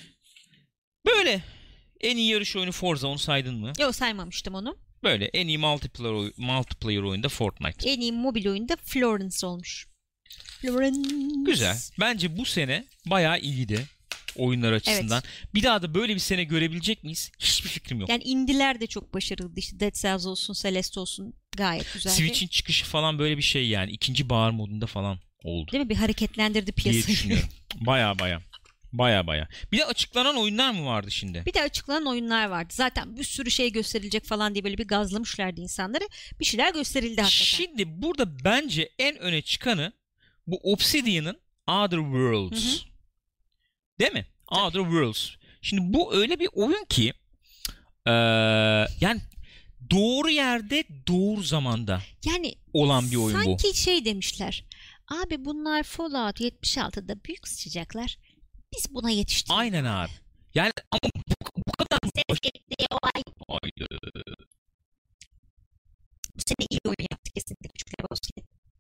A: Böyle. En iyi yarış oyunu Forza, onu saydın mı?
B: Yok saymamıştım onu.
A: Böyle en iyi multiplayer, oy- multiplayer oyunda Fortnite.
B: En iyi mobil oyunda Florence olmuş. Florence.
A: Güzel. Bence bu sene bayağı iyiydi. Oyunlar açısından. Evet. Bir daha da böyle bir sene görebilecek miyiz? Hiçbir fikrim yok.
B: Yani indiler de çok başarılıydı. İşte Dead Cells olsun, Celeste olsun gayet güzeldi.
A: Switch'in çıkışı falan böyle bir şey yani. İkinci bahar modunda falan oldu.
B: Değil mi? Bir hareketlendirdi piyasayı.
A: Diye düşünüyorum. Baya baya. Baya baya. Bir de açıklanan oyunlar mı vardı şimdi?
B: Bir de açıklanan oyunlar vardı. Zaten bir sürü şey gösterilecek falan diye böyle bir gazlamışlardı insanları. Bir şeyler gösterildi hakikaten.
A: Şimdi burada bence en öne çıkanı bu Obsidian'ın Other Worlds. Hı hı. Değil mi? Tabii. Other Worlds. Şimdi bu öyle bir oyun ki ee, yani doğru yerde doğru zamanda
B: yani
A: olan bir oyun
B: sanki
A: bu.
B: Sanki şey demişler. Abi bunlar Fallout yetmiş altıda büyük sıçacaklar. Biz buna yetiştik.
A: Aynen abi. Yani ama bu, bu kadar
B: olay. Bu sene iyi oyun yaptı kesinlikle. Küçükler olsun.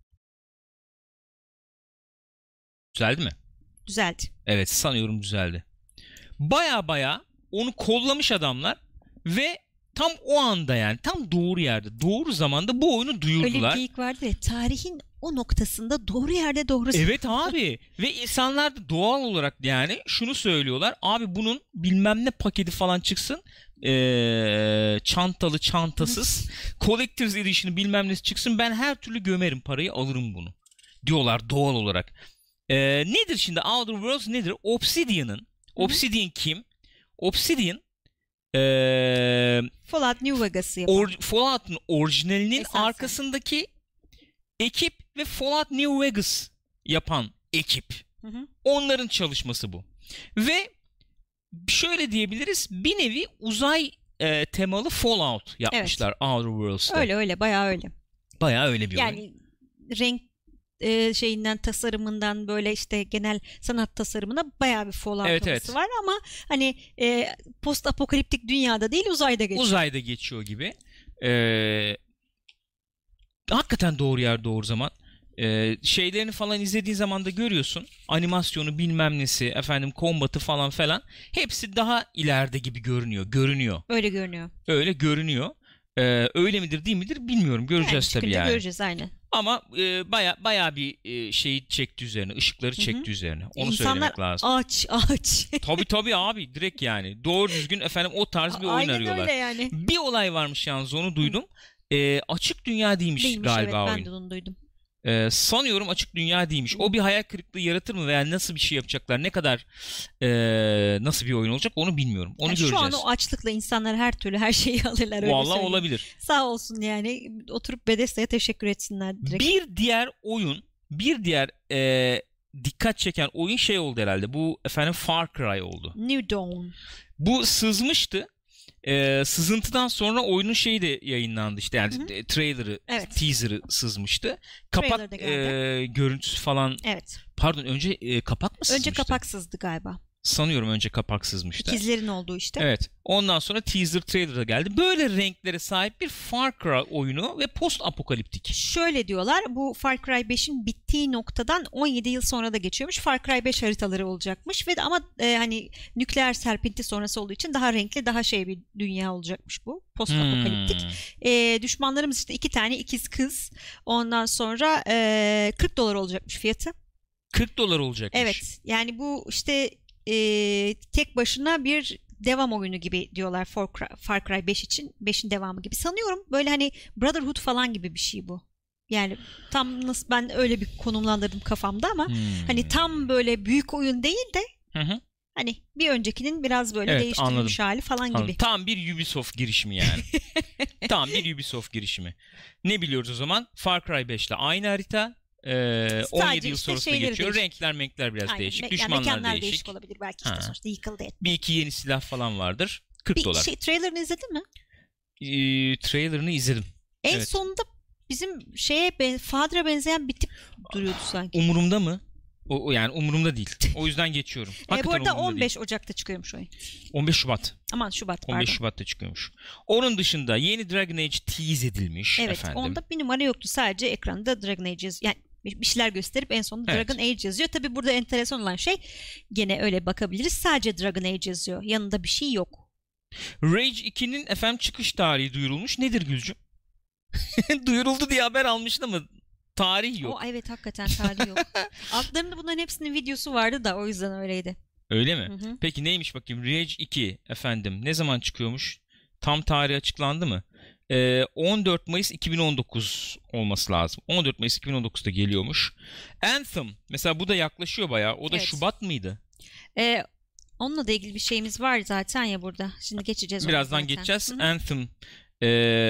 A: Güzeldi mi?
B: Düzeldi.
A: Evet sanıyorum düzeldi. Baya baya onu kollamış adamlar ve tam o anda yani tam doğru yerde doğru zamanda bu oyunu duyurdular.
B: Öyle bir geyik vardı ya, tarihin o noktasında doğru yerde doğru zamanda.
A: Evet abi ve insanlar da doğal olarak yani şunu söylüyorlar. Abi bunun bilmem ne paketi falan çıksın. Ee, çantalı çantasız Collector's Edition'ı bilmem nesi çıksın. Ben her türlü gömerim parayı, alırım bunu diyorlar doğal olarak. Ee, nedir şimdi Outer Worlds nedir? Obsidian'ın. Obsidian kim? Obsidian ee,
B: Fallout New Vegas'ı yapan.
A: Or, Fallout'un orijinalinin Esasen. arkasındaki ekip ve Fallout New Vegas yapan ekip. Hı hı. Onların çalışması bu. Ve şöyle diyebiliriz, bir nevi uzay e, temalı Fallout yapmışlar, evet. Outer Worlds'ta.
B: Öyle öyle bayağı öyle.
A: Bayağı öyle bir
B: yani,
A: oyun.
B: Yani renk e, şeyinden, tasarımından, böyle işte genel sanat tasarımına bayağı bir Fallout
A: Evet,
B: havası
A: evet.
B: var ama hani e, post apokaliptik dünyada değil, uzayda geçiyor.
A: Uzayda geçiyor gibi. Ee, hakikaten doğru yer doğru zaman. Ee, şeylerini falan izlediğin zaman da görüyorsun. Animasyonu bilmem nesi, efendim kombatı falan falan. Hepsi daha ileride gibi görünüyor. Görünüyor.
B: Öyle görünüyor.
A: Öyle görünüyor. Ee, öyle midir değil midir bilmiyorum. Göreceğiz
B: yani,
A: tabii yani.
B: Göreceğiz aynen.
A: Ama e, baya baya bir e, şeyi çekti üzerine. Işıkları çekti Hı-hı. üzerine. Onu
B: İnsanlar
A: söylemek lazım.
B: aç aç.
A: Tabii tabii abi. Direkt yani. Doğru düzgün efendim o tarz bir oyun
B: aynen
A: arıyorlar.
B: Öyle yani.
A: Bir olay varmış yalnız, onu duydum. E, açık dünya değilmiş,
B: değilmiş
A: galiba
B: evet,
A: oyun.
B: ben de onu duydum.
A: Ee, sanıyorum açık dünya değilmiş. O bir hayal kırıklığı yaratır mı veya nasıl bir şey yapacaklar, ne kadar e, nasıl bir oyun olacak onu bilmiyorum. Onu
B: yani
A: göreceğiz.
B: Şu an o açlıkla insanlar her türlü her şeyi alırlar. Öyle
A: Vallahi
B: söyleyeyim.
A: olabilir.
B: Sağ olsun yani, oturup Bethesda'ya teşekkür etsinler direkt.
A: Bir diğer oyun, bir diğer e, dikkat çeken oyun şey oldu herhalde. Bu efendim Far Cry oldu.
B: New Dawn.
A: Bu sızmıştı. Ee, sızıntıdan sonra oyunun şeyi de yayınlandı işte, yani Hı-hı. trailer'ı, evet. teaser'ı sızmıştı. Kapak e, görüntüsü falan.
B: Evet.
A: Pardon, önce e, kapak mı sızmıştı?
B: Önce kapak sızdı galiba.
A: Sanıyorum önce kapak sızmıştı.
B: İkizlerin olduğu işte.
A: Evet. Ondan sonra teaser, trailer'a geldi. Böyle renklere sahip bir Far Cry oyunu ve post apokaliptik.
B: Şöyle diyorlar, bu Far Cry beşin bittiği noktadan on yedi yıl sonra da geçiyormuş. Far Cry beş haritaları olacakmış ve de ama e, hani nükleer serpinti sonrası olduğu için daha renkli, daha şey bir dünya olacakmış bu. Post apokaliptik. Hmm. E, düşmanlarımız işte iki tane ikiz kız. Ondan sonra e, kırk dolar olacakmış fiyatı.
A: kırk dolar olacakmış.
B: Evet. Yani bu işte e, tek başına bir devam oyunu gibi diyorlar Far Cry, Far Cry beş için. beşin devamı gibi. Sanıyorum böyle hani Brotherhood falan gibi bir şey bu. Yani tam nasıl, ben öyle bir konumlandırdım kafamda ama hmm. hani tam böyle büyük oyun değil de hı hı. hani bir öncekinin biraz böyle evet, değiştirilmiş anladım. hali falan
A: anladım.
B: gibi.
A: Tam bir Ubisoft girişimi yani. Tam bir Ubisoft girişimi. Ne biliyoruz o zaman? Far Cry beşle aynı harita. Ee, on yedi yıl işte sonrasında geçiyor. Değişik. Renkler menkler biraz Aynen. değişik. Me- Düşmanlar yani değişik.
B: değişik olabilir belki işte ha. sonuçta yıkıldı et.
A: Bir iki yeni silah falan vardır. kırk
B: bir
A: dolar.
B: Şey, trailerını izledin mi?
A: Ee, trailerını izledim.
B: En
A: evet.
B: sonunda bizim şeye ben, Fadra benzeyen bir tip duruyordu sanki.
A: Umurumda mı? O, o yani umurumda değil. O yüzden geçiyorum.
B: e, bu arada on beş değil. Ocak'ta çıkıyormuş oyun.
A: on beş Şubat.
B: Aman Şubat pardon.
A: on beş Şubat'ta çıkıyormuş. Onun dışında yeni Dragon Age tease edilmiş
B: evet,
A: efendim.
B: Evet, onda bir numara yoktu. Sadece ekranda Dragon Age yaz- yani bir şeyler gösterip en sonunda evet. Dragon Age yazıyor. Tabii burada enteresan olan şey, gene öyle bakabiliriz. Sadece Dragon Age yazıyor. Yanında bir şey yok.
A: Rage ikinin efendim çıkış tarihi duyurulmuş. Nedir Gülcüm? Duyuruldu diye haber almıştın ama tarih yok.
B: O evet, hakikaten tarih yok. Altlarında bunların hepsinin videosu vardı da o yüzden öyleydi.
A: Öyle mi? Hı hı. Peki neymiş bakayım? Rage iki efendim ne zaman çıkıyormuş? Tam tarih açıklandı mı? Ee, on dört Mayıs iki bin on dokuz olması lazım. on dört Mayıs iki bin on dokuzda geliyormuş. Anthem mesela, bu da yaklaşıyor bayağı. O da evet. Şubat mıydı?
B: Ee, onunla da ilgili bir şeyimiz var zaten ya burada. Şimdi geçeceğiz.
A: Birazdan geçeceğiz. Hı-hı. Anthem e,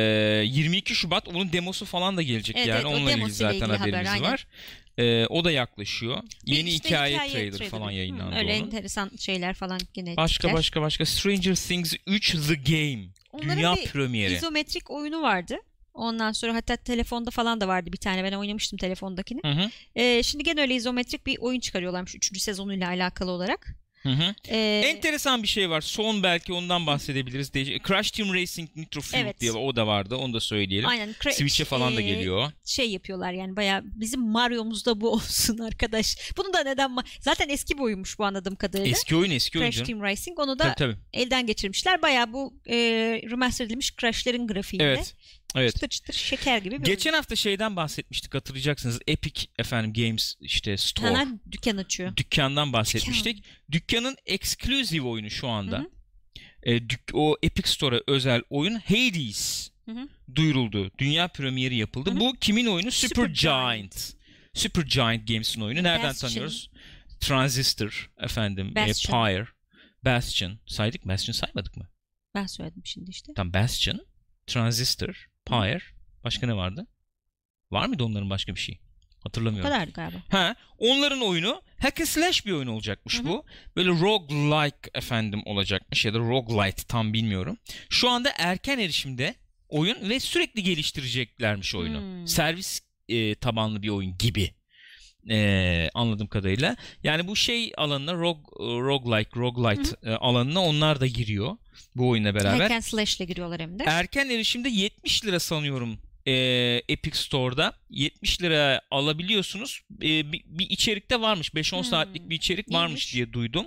A: yirmi iki Şubat, onun demosu falan da gelecek evet, yani. Evet, onunla ilgili zaten ilgili haberimiz haber, var. Ee, o da yaklaşıyor. Bir Yeni işte hikaye, hikaye trailer, trailer falan yayınlandı.
B: Öyle
A: onun.
B: enteresan şeyler falan yine.
A: Başka ettikler. başka başka. Stranger Things üç The Game.
B: Onların
A: Dünya
B: bir
A: premieri.
B: izometrik oyunu vardı. Ondan sonra hatta telefonda falan da vardı bir tane. Ben oynamıştım telefondakini. Hı hı. Ee, şimdi gene öyle izometrik bir oyun çıkarıyorlarmış üçüncü sezonuyla alakalı olarak.
A: Hı hı. Ee, Enteresan bir şey var. Son belki ondan bahsedebiliriz. Crash Team Racing Nitro Fuel evet. diye o da vardı. Onu da söyleyelim. Aynen. Cra- Switch'e falan da geliyor.
B: Şey yapıyorlar yani, bayağı bizim Mario'muzda bu olsun arkadaş. Bunu da neden ma- zaten eski bir oyunmuş bu anladığım kadarıyla.
A: Eski oyun eski oyun.
B: Crash Team Racing, onu da
A: tabii, tabii.
B: elden geçirmişler. Bayağı bu e, remaster edilmiş Crash'lerin grafiğinde.
A: Evet. Evet.
B: Çıtır çıtır şeker gibi bir
A: Geçen
B: oyun.
A: hafta şeyden bahsetmiştik, hatırlayacaksınız. Epic efendim Games işte store.
B: Hemen dükkan açıyor.
A: Dükkandan bahsetmiştik. Dükkan. Dükkanın exclusive oyunu şu anda. Hı hı. E, dük- o Epic Store'a özel oyun Hades hı hı. duyuruldu. Dünya premieri yapıldı. Hı hı. Bu kimin oyunu? Super, Super Giant. Giant. Super Giant Games'in oyunu. Nereden Bastion. tanıyoruz? Transistor efendim, Bastion. Pyre, Bastion. Saydık mı? Bastion saymadık mı?
B: Ben söyledim şimdi işte.
A: Tam Bastion, Transistor, Pyre. Başka ne vardı? Var mıydı onların başka bir şey? Hatırlamıyorum.
B: O kadardı galiba.
A: Ha, onların oyunu hack and slash bir oyun olacakmış Hı-hı. bu. Böyle roguelike efendim olacakmış ya da roguelite, tam bilmiyorum. Şu anda erken erişimde oyun ve sürekli geliştireceklermiş oyunu. Hmm. Servis e, tabanlı bir oyun gibi. Ee, anladığım kadarıyla. Yani bu şey alanına rogue, roguelike, roguelite e, alanına onlar da giriyor bu oyunla beraber.
B: Hack and Slash ile giriyorlar hem de.
A: Erken erişimde yetmiş lira sanıyorum e, Epic Store'da. yetmiş lira alabiliyorsunuz. E, bir, bir içerikte varmış. beş on hmm. saatlik bir içerik varmış diye duydum.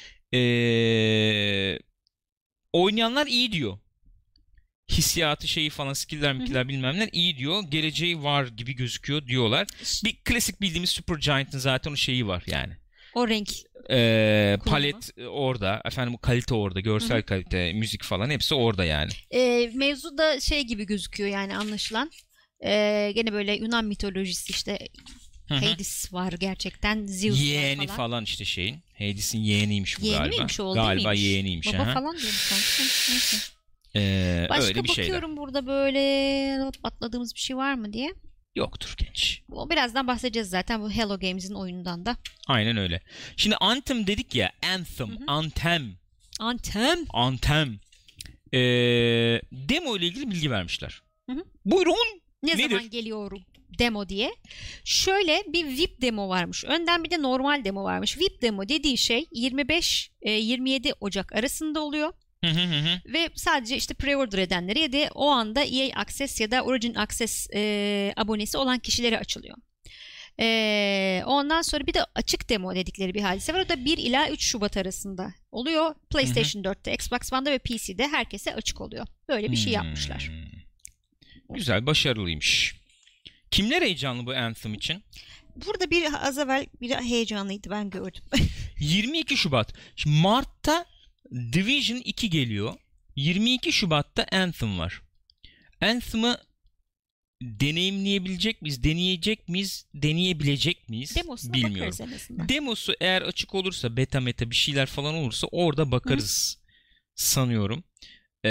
A: E, oynayanlar iyi diyor. Hissiyatı şeyi falan skiller mikiller bilmem ne iyi diyor. Geleceği var gibi gözüküyor diyorlar. Bir klasik bildiğimiz Supergiant'ın zaten o şeyi var yani.
B: O renk.
A: Ee, palet orada. Efendim kalite orada. Görsel Hı-hı. kalite, müzik falan hepsi orada yani.
B: Ee, mevzu da şey gibi gözüküyor yani anlaşılan. Ee, gene böyle Yunan mitolojisi işte Hı-hı. Hades var gerçekten. Zeus
A: yeğeni
B: var falan.
A: falan işte şeyin. Hades'in yeğeniymiş bu
B: Yeğeni
A: galiba.
B: Miymiş, o
A: galiba
B: miymiş?
A: yeğeniymiş.
B: Baba
A: aha.
B: falan diyorum sanki.
A: Ee,
B: Başka
A: öyle bir
B: bakıyorum
A: şeyler.
B: burada böyle atladığımız bir şey var mı diye.
A: Yoktur genç.
B: O birazdan bahsedeceğiz zaten bu Hello Games'in oyunundan da.
A: Aynen öyle. Şimdi Anthem dedik ya. Anthem. Hı hı. Anthem.
B: Anthem.
A: Anthem. Ee, demo ile ilgili bilgi vermişler.
B: Hı hı.
A: Buyurun.
B: Ne
A: Nedir?
B: zaman geliyorum demo diye. Şöyle bir V I P demo varmış. Önden bir de normal demo varmış. V I P demo dediği şey yirmi beş yirmi yedi Ocak arasında oluyor.
A: Hı hı hı.
B: Ve sadece işte pre-order edenleri ya da o anda E A Access ya da Origin Access e, abonesi olan kişilere açılıyor. E, ondan sonra bir de açık demo dedikleri bir hadise var. O da bir ila üç Şubat arasında oluyor. PlayStation hı hı. dörtte, Xbox One'da ve P C'de herkese açık oluyor. Böyle bir şey yapmışlar.
A: Hmm. Güzel, başarılıymış. Kimler heyecanlı bu Anthem için?
B: Burada bir az evvel biri heyecanlıydı, ben gördüm.
A: yirmi iki Şubat. Şimdi Mart'ta Division iki geliyor. yirmi iki Şubat'ta Anthem var. Anthem'ı deneyimleyebilecek miyiz? Deneyecek miyiz? Deneyebilecek miyiz?
B: Demosuna
A: bilmiyorum. Demosu eğer açık olursa, beta meta bir şeyler falan olursa orada bakarız Hı. sanıyorum. Ee,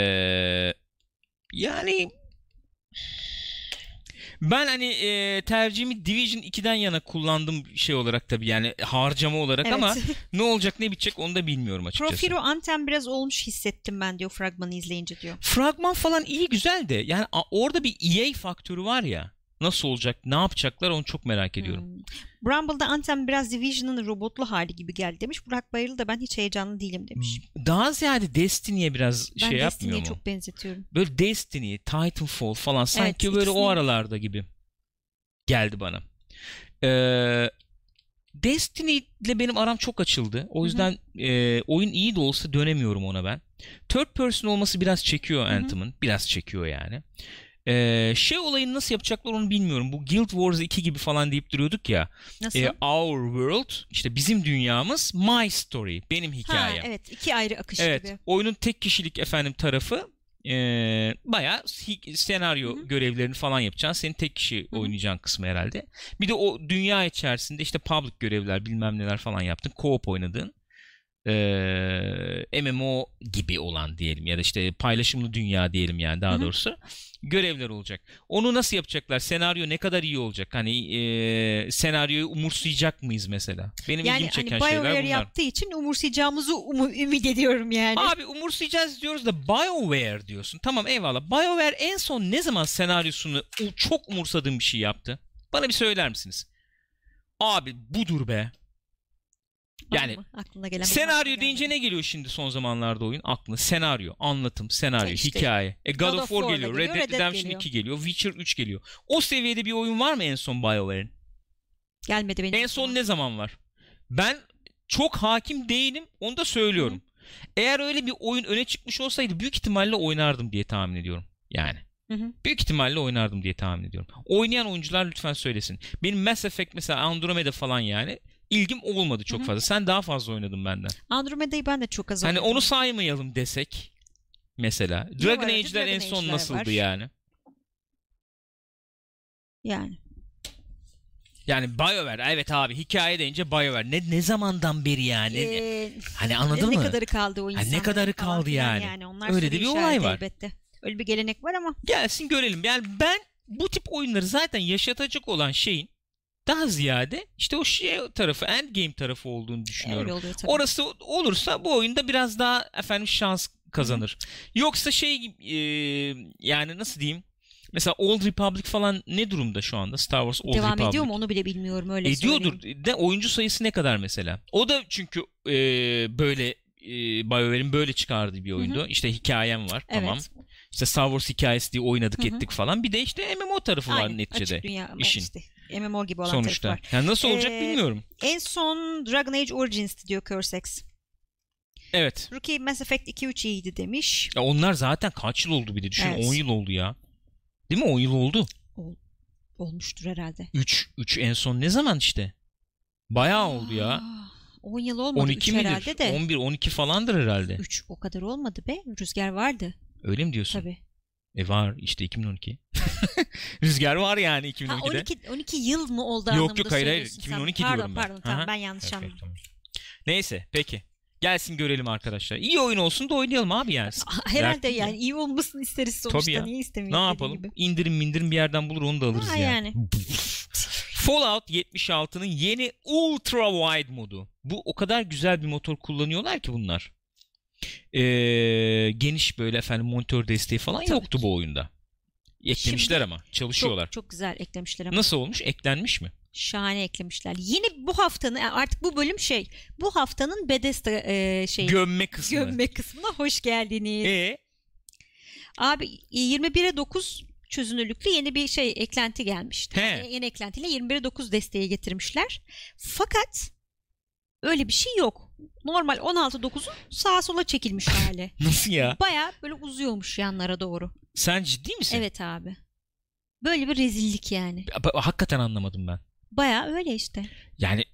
A: yani ben hani e, tercihimi Division ikiden yana kullandım şey olarak tabii yani harcama olarak evet. Ama ne olacak ne bitecek onu da bilmiyorum açıkçası.
B: Profilo Anthem biraz olmuş hissettim ben diyor fragmanı izleyince diyor.
A: Fragman falan iyi güzel de yani orada bir E A faktörü var ya. Nasıl olacak, ne yapacaklar onu çok merak ediyorum. Hmm.
B: Rumble'da Anthem biraz Division'ın robotlu hali gibi geldi demiş. Burak Bayırlı da ben hiç heyecanlı değilim demiş.
A: Daha ziyade Destiny'ye biraz
B: ben
A: şey yapmıyor mu? Ben
B: Destiny'ye çok benzetiyorum.
A: Böyle Destiny, Titanfall falan sanki evet, böyle ikisini... o aralarda gibi geldi bana. Ee, Destiny ile benim aram çok açıldı. O yüzden e, oyun iyi de olsa dönemiyorum ona ben. Third person olması biraz çekiyor Anthem'ın. Biraz çekiyor yani. Ee, şey olayını nasıl yapacaklar onu bilmiyorum. Bu Guild Wars iki gibi falan deyip duruyorduk ya.
B: Nasıl?
A: E, Our World, işte bizim dünyamız, My Story, benim hikayem.
B: Ha, evet, iki ayrı akış
A: evet,
B: gibi.
A: Oyunun tek kişilik efendim tarafı e, bayağı senaryo Hı-hı. görevlerini falan yapacaksın. Senin tek kişi Hı-hı. oynayacağın kısmı herhalde. Bir de o dünya içerisinde işte public görevler bilmem neler falan yaptın. Co-op oynadığın. Ee, M M O gibi olan diyelim ya da işte paylaşımlı dünya diyelim yani daha Hı-hı. doğrusu görevler olacak. Onu nasıl yapacaklar? Senaryo ne kadar iyi olacak? Hani e, senaryoyu umursayacak mıyız mesela? Benim
B: yani,
A: ilgimi çeken
B: hani
A: şeyler bunlar.
B: BioWare yaptığı için umursayacağımızı um- ümit ediyorum yani.
A: Abi umursayacağız diyoruz da BioWare diyorsun. Tamam eyvallah. BioWare en son ne zaman senaryosunu çok umursadığım bir şey yaptı? Bana bir söyler misiniz? Abi budur be. Yani senaryo deyince ne geliyor şimdi son zamanlarda oyun? Aklına senaryo, anlatım, senaryo, işte, hikaye. E, God, God of War geliyor, geliyor, Red Dead Redemption geliyor. iki geliyor, Witcher üç geliyor. O seviyede bir oyun var mı en son BioWare'in?
B: Gelmedi benim.
A: En son zaman. Ne zaman var? Ben çok hakim değilim, onu da söylüyorum. Hı-hı. Eğer öyle bir oyun öne çıkmış olsaydı büyük ihtimalle oynardım diye tahmin ediyorum. Yani. Hı-hı. Büyük ihtimalle oynardım diye tahmin ediyorum. Oynayan oyuncular lütfen söylesin. Benim Mass Effect mesela Andromeda falan yani İlgim olmadı çok Hı-hı. fazla. Sen daha fazla oynadın benden.
B: Andromeda'yı ben de çok az
A: oynadım.
B: Hani
A: onu saymayalım desek mesela. Ne Dragon Age'ler en son nasıldı var. yani?
B: Yani.
A: Yani BioWare evet abi hikaye deyince BioWare. Ne ne zamandan beri yani? Ee, hani anladın
B: ne
A: mı?
B: Ne kadarı kaldı o insanlar?
A: Yani ne kadarı kaldı yani? yani.
B: Onlar
A: öyle de bir olay var.
B: Elbette. Öyle bir gelenek var ama.
A: Gelsin görelim. Yani ben bu tip oyunları zaten yaşatacak olan şeyin daha ziyade işte o şey tarafı, endgame tarafı olduğunu düşünüyorum.
B: Oluyor,
A: orası olursa bu oyunda biraz daha efendim şans kazanır. Hı. Yoksa şey e, yani nasıl diyeyim? Mesela Old Republic falan ne durumda şu anda? Star Wars Old
B: Devam
A: Republic.
B: ediyor mu onu bile bilmiyorum, öyle
A: Ediyordur.
B: söyleyeyim.
A: De oyuncu sayısı ne kadar mesela? O da çünkü e, böyle e, BioWare'in böyle çıkardığı bir oyundu. Hı hı. İşte hikayem var,
B: evet.
A: Tamam. İşte Star Wars hikayesi diye oynadık, hı hı. ettik falan. Bir de işte M M O tarafı
B: Aynen,
A: var neticede.
B: Açık dünya ama
A: işin.
B: işte M M O gibi olan
A: sonuçta.
B: tarafı var.
A: Yani nasıl olacak
B: ee,
A: bilmiyorum.
B: En son Dragon Age Origins diyor Cursex.
A: Evet.
B: Rookie Mass Effect iki üç iyiydi demiş.
A: Ya onlar zaten kaç yıl oldu bir de düşün.
B: Evet.
A: on yıl oldu ya. Değil mi? on yıl oldu.
B: Ol, olmuştur herhalde.
A: üç üç en son ne zaman işte? Bayağı Aa, oldu ya.
B: on yıl olmadı.
A: on iki midir? Herhalde de. on bir on iki falandır herhalde.
B: üç o kadar olmadı be. Rüzgar vardı.
A: Öyle mi diyorsun?
B: Tabii.
A: E var işte iki bin on iki. Rüzgar var yani iki bin on ikide.
B: Ha, on iki, on iki yıl mı oldu
A: yok,
B: anlamında
A: yok, hayır, hayır.
B: söylüyorsun
A: iki bin on iki
B: sen. Pardon,
A: diyorum ben.
B: Pardon tamam, ben yanlış anladım.
A: Okay, tamam. Neyse peki. Gelsin görelim arkadaşlar. İyi oyun olsun da oynayalım abi yani.
B: Herhalde yani ya. iyi olmasını isteriz sonuçta. Niye istemiyoruz?
A: Ne yapalım? Gibi. İndirim mindirim bir yerden bulur onu da alırız
B: ha,
A: yani.
B: yani.
A: Fallout yetmiş altının yeni Ultra Wide modu. Bu o kadar güzel bir motor kullanıyorlar ki bunlar. Ee, geniş böyle efendim monitör desteği falan Tabii yoktu ki. Bu oyunda. Eklemişler Şimdi, ama çalışıyorlar.
B: Çok, çok güzel eklemişler ama.
A: Nasıl olmuş? Eklenmiş mi?
B: Şahane eklemişler. Yeni bu haftanın artık bu bölüm şey bu haftanın Bethesda e, şey
A: gömme kısmı.
B: Gömme kısmına hoş geldiniz.
A: E
B: Abi yirmi bire dokuz çözünürlüklü yeni bir şey eklenti gelmişti.
A: Yani
B: yeni eklentiyle yirmi bire dokuz desteği getirmişler. Fakat öyle bir şey yok. Normal on altı dokuzun sağa sola çekilmiş hali.
A: Nasıl ya?
B: Baya böyle uzuyormuş yanlara doğru.
A: Sen ciddi misin?
B: Evet abi. Böyle bir rezillik yani.
A: Hakikaten anlamadım ben.
B: Baya öyle işte.
A: Yani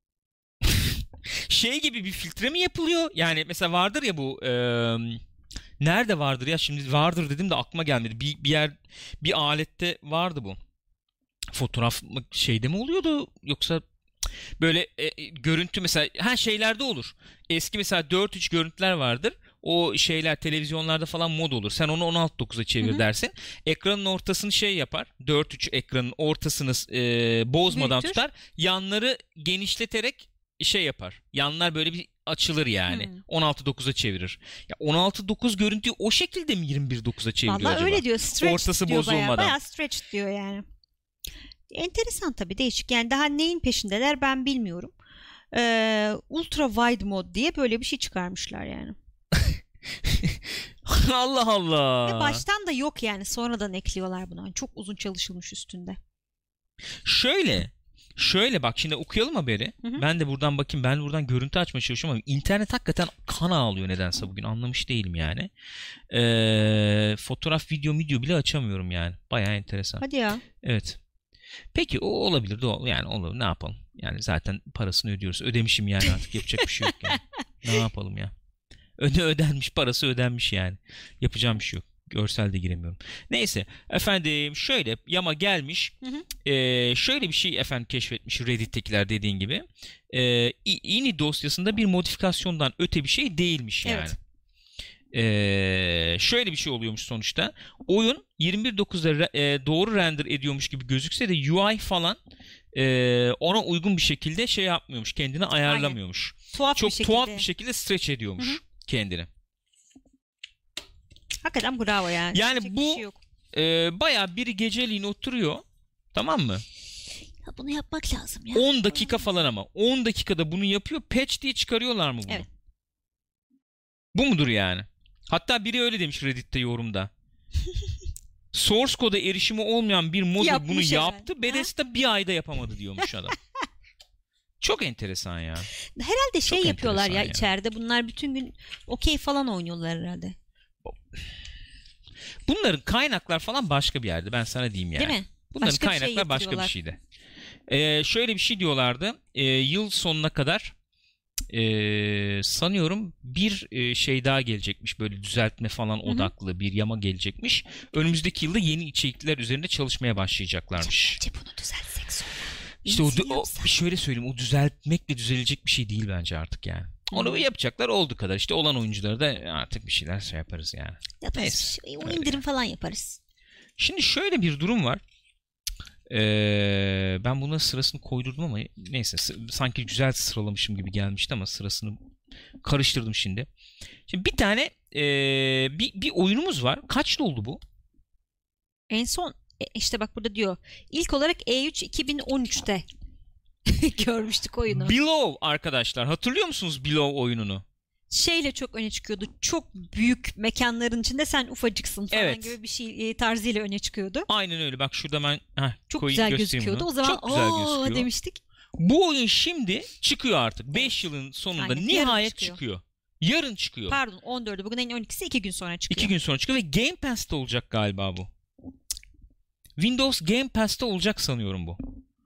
A: şey gibi bir filtre mi yapılıyor? Yani mesela vardır ya bu e, nerede vardır ya, şimdi vardır dedim de aklıma gelmedi. Bir, bir yer bir alette vardı bu. Fotoğraf şeyde mi oluyordu yoksa böyle e, görüntü mesela ha şeylerde olur. Eski mesela dört üç görüntüler vardır. O şeyler televizyonlarda falan mod olur. Sen onu on altı dokuza çevir, hı hı. dersin. Ekranın ortasını şey yapar. dört üç ekranın ortasını e, bozmadan Büyütür. tutar. Yanları genişleterek şey yapar. Yanlar böyle bir açılır yani. Hmm. on altı dokuza çevirir. Ya on altı dokuz görüntüyü o şekilde mi yirmi bir dokuza çeviriyor
B: Vallahi
A: acaba?
B: Öyle diyor. Stretch
A: Ortası
B: diyor
A: bozulmadan.
B: Bayağı, bayağı stretch diyor yani. Enteresan tabii, değişik. Yani daha neyin peşindeler ben bilmiyorum. Ee, Ultra Wide mod diye böyle bir şey çıkarmışlar yani.
A: Allah Allah.
B: Ve baştan da yok yani, sonradan ekliyorlar buna. Çok uzun çalışılmış üstünde.
A: Şöyle, şöyle bak şimdi okuyalım haberi. Hı hı. Ben de buradan bakayım. Ben buradan görüntü açmaya çalışıyorum ama internet hakikaten kan ağlıyor nedense bugün. Anlamış değilim yani. Ee, fotoğraf, video, video bile açamıyorum yani. Bayağı enteresan.
B: Hadi ya.
A: Evet. Peki o olabilir de yani olur. Ne yapalım? Yani zaten parasını ödüyoruz. Ödemişim yani, artık yapacak bir şey yok yani. Ne yapalım ya? Öde ödenmiş, parası ödenmiş yani. Yapacağım bir şey yok. Görsel de giremiyorum. Neyse efendim, şöyle yama gelmiş. Hı hı. E, şöyle bir şey efendim keşfetmiş Reddit'tekiler dediğin gibi. E, ini dosyasında bir modifikasyondan öte bir şey değilmiş yani. Evet. Ee, şöyle bir şey oluyormuş sonuçta. Oyun yirmi bir dokuzda e, doğru render ediyormuş gibi gözükse de U I falan e, ona uygun bir şekilde şey yapmıyormuş. Kendini ayarlamıyormuş.
B: Tuhaf
A: Çok
B: bir şekilde.
A: tuhaf bir şekilde stretch ediyormuş, hı hı. kendini.
B: Hakikaten bravo yani.
A: Yani
B: Çekecek
A: bu
B: şey yok.
A: e, bayağı biri geceliğin oturuyor. Tamam mı?
B: Ya bunu yapmak lazım ya.
A: on dakika falan ama. on dakikada bunu yapıyor. Patch diye çıkarıyorlar mı bunu?
B: Evet.
A: Bu mudur yani? Hatta biri öyle demiş Reddit'te yorumda. Source koda erişimi olmayan bir modu
B: Yapmış
A: bunu
B: herhalde.
A: yaptı. Bethesda bir ayda yapamadı diyormuş adam. Çok enteresan ya.
B: Herhalde şey
A: Çok
B: yapıyorlar ya,
A: ya
B: içeride. Bunlar bütün gün okey falan oynuyorlar herhalde.
A: Bunların kaynaklar falan başka bir yerde. Ben sana diyeyim yani.
B: Değil mi?
A: Bunların
B: başka
A: kaynaklar
B: bir şey
A: başka bir şeydi. Ee, şöyle bir şey diyorlardı. Ee, yıl sonuna kadar Ee, sanıyorum bir e, şey daha gelecekmiş, böyle düzeltme falan odaklı, hı hı. bir yama gelecekmiş. Önümüzdeki yılda yeni içerikler üzerinde çalışmaya başlayacaklarmış.
B: Bence bunu düzeltsek sonra.
A: İşte o, o şöyle söyleyeyim, o düzeltmekle düzelecek bir şey değil bence artık yani. Onu hı. yapacaklar olduğu kadar, işte olan oyuncuları da artık bir şeyler şey yaparız yani.
B: Yaparız. Neyse. O indirim yani. falan yaparız.
A: Şimdi şöyle bir durum var. Ee, ben buna sırasını koydurdum ama neyse, sanki güzel sıralamışım gibi gelmişti ama sırasını karıştırdım şimdi. Şimdi bir tane ee, bir, bir oyunumuz var. Kaçlı oldu bu?
B: En son e, işte bak burada diyor. İlk olarak E üç iki bin on üçte görmüştük oyunu.
A: Below arkadaşlar. Hatırlıyor musunuz Below oyununu?
B: Şeyle çok öne çıkıyordu. Çok büyük mekanların içinde sen ufacıksın falan
A: Evet.
B: gibi bir şey e, tarzıyla öne çıkıyordu.
A: Aynen öyle. Bak şurada ben heh,
B: Çok
A: koyayım,
B: güzel
A: göstereyim
B: gözüküyordu.
A: bunu.
B: O zaman
A: çok güzel
B: aa
A: gözüküyor.
B: demiştik.
A: Bu oyun şimdi çıkıyor artık. beş yılın sonunda
B: Aynen, yarın
A: nihayet
B: çıkıyor.
A: çıkıyor. Yarın çıkıyor.
B: Pardon on dördü. Bugün ayın on ikisi iki gün sonra çıkıyor.
A: iki gün sonra çıkıyor ve Game Pass'te olacak galiba bu. Windows Game Pass'te olacak sanıyorum bu.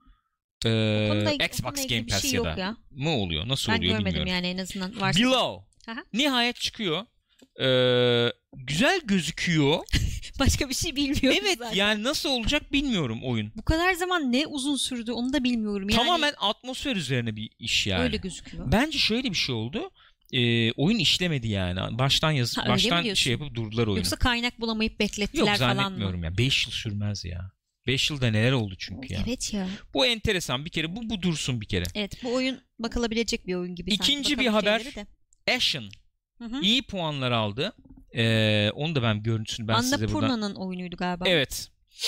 A: Ee,
B: Konuda,
A: Xbox Game Pass
B: şey
A: ya da.
B: ya.
A: Mı oluyor? Nasıl
B: ben
A: oluyor
B: görmedim
A: bilmiyorum.
B: yani en azından. Varsa...
A: Below.
B: Aha.
A: Nihayet çıkıyor. Ee, güzel gözüküyor.
B: Başka bir şey bilmiyorum
A: Evet
B: zaten.
A: yani nasıl olacak bilmiyorum oyun.
B: Bu kadar zaman ne uzun sürdü onu da bilmiyorum. Yani...
A: Tamamen atmosfer üzerine bir iş yani.
B: Öyle gözüküyor.
A: Bence şöyle bir şey oldu. Ee, oyun işlemedi yani. Baştan yazıp
B: Ha,
A: baştan şey yapıp durdular oyunu.
B: Yoksa kaynak bulamayıp beklettiler
A: Yok,
B: falan mı?
A: zannetmiyorum ya. beş yıl sürmez ya. beş yılda neler oldu çünkü ya.
B: Evet ya.
A: Bu enteresan bir kere. Bu, bu dursun bir kere.
B: Evet bu oyun bakılabilecek bir oyun gibi.
A: İkinci
B: sanki.
A: bir haber.
B: De.
A: Ashen.
B: Hı hı.
A: İyi puanlar aldı. Ee, onu da ben görüntüsünü ben size buradan...
B: Annapurna'nın oyunuydu galiba.
A: Evet.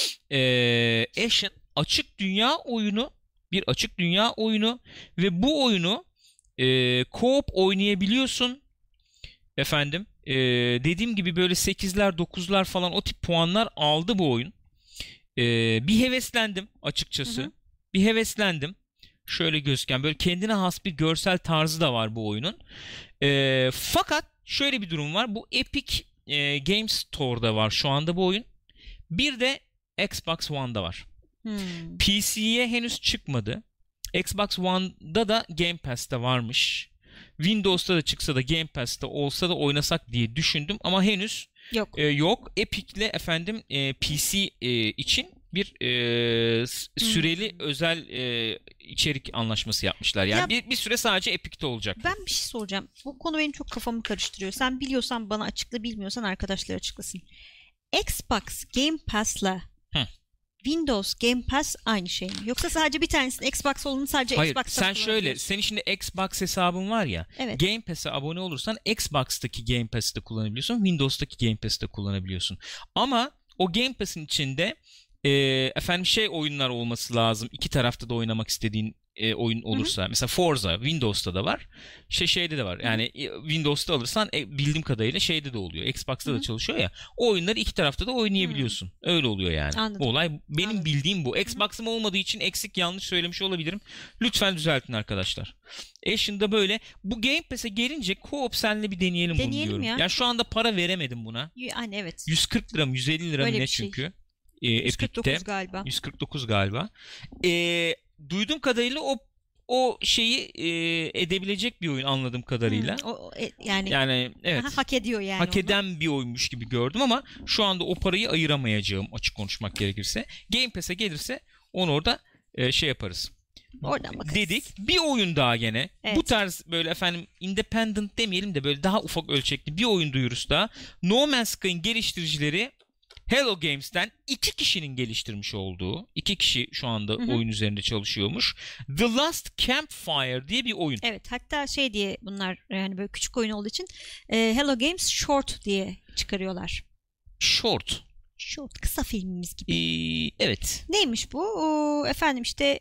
A: Ee, Ashen açık dünya oyunu. Bir açık dünya oyunu. Ve bu oyunu e, co-op oynayabiliyorsun. Efendim. E, dediğim gibi böyle sekizler dokuzlar falan o tip puanlar aldı bu oyun. E, bir heveslendim açıkçası. Hı hı. Bir heveslendim. Şöyle gözüken böyle kendine has bir görsel tarzı da var bu oyunun. E, fakat şöyle bir durum var. Bu Epic e, Games Store'da var şu anda bu oyun. Bir de Xbox One'da var.
B: Hmm.
A: P C'ye henüz çıkmadı. Xbox One'da da Game Pass'te varmış. Windows'ta da çıksa da Game Pass'te olsa da oynasak diye düşündüm ama henüz
B: yok.
A: E, yok. Epic'le efendim e, P C e, için bir e, süreli hmm. özel e, içerik anlaşması yapmışlar. Yani ya, bir, bir süre sadece Epic'te olacak.
B: Ben bir şey soracağım. Bu konu benim çok kafamı karıştırıyor. Sen biliyorsan bana açıkla, bilmiyorsan arkadaşlar açıklasın. Xbox Game Pass'la Hı. Windows Game Pass aynı şey mi? Yoksa sadece bir tanesinin Xbox olduğunu sadece
A: Hayır,
B: Xbox'ta
A: sen şöyle, senin şimdi Xbox hesabın var ya,
B: evet.
A: Game Pass'e abone olursan Xbox'taki Game Pass'te kullanabiliyorsun, Windows'taki Game Pass'te kullanabiliyorsun. Ama o Game Pass'in içinde e, efendim şey oyunlar olması lazım. İki tarafta da oynamak istediğin e, oyun olursa. Hı hı. Mesela Forza Windows'ta da var. Şey şeyde de var. Yani hı hı. Windows'ta alırsan e, bildiğim kadarıyla şeyde de oluyor. Xbox'ta hı hı. da çalışıyor ya. O oyunları iki tarafta da oynayabiliyorsun. Hı. Öyle oluyor yani.
B: Anladım.
A: Bu olay benim
B: Anladım.
A: bildiğim bu. Xbox'ım olmadığı için eksik yanlış söylemiş olabilirim. Lütfen düzeltin arkadaşlar. Ashen'da böyle. Bu Game Pass'e gelince co-op senle bir deneyelim,
B: deneyelim
A: bunu diyorum.
B: Ya.
A: Yani şu anda para veremedim buna.
B: Yani evet.
A: yüz kırk lira mı yüz elli lira mı ne
B: şey.
A: çünkü. E,
B: yüz kırk dokuz galiba.
A: yüz kırk dokuz galiba. E, duyduğum kadarıyla o o şeyi e, edebilecek bir oyun anladığım kadarıyla.
B: Hmm, o, e, yani
A: yani evet.
B: Aha, hak ediyor yani.
A: Hak
B: onu.
A: eden bir oyunmuş gibi gördüm ama şu anda o parayı ayıramayacağım açık konuşmak gerekirse. Game Pass'e gelirse onu orada e, şey yaparız.
B: Oradan bakarız.
A: Dedik. Bir oyun daha gene.
B: Evet.
A: Bu tarz böyle efendim independent demeyelim de böyle daha ufak ölçekli bir oyun duyurusu da. No Man's Sky'ın geliştiricileri Hello Games'ten iki kişinin geliştirmiş olduğu, iki kişi şu anda hı hı. oyun üzerinde çalışıyormuş. The Last Campfire diye bir oyun.
B: Evet, hatta şey diye bunlar yani böyle küçük oyun olduğu için e, Hello Games Short diye çıkarıyorlar.
A: Short.
B: Short, kısa filmimiz gibi.
A: Ee, evet.
B: Neymiş bu? O, efendim işte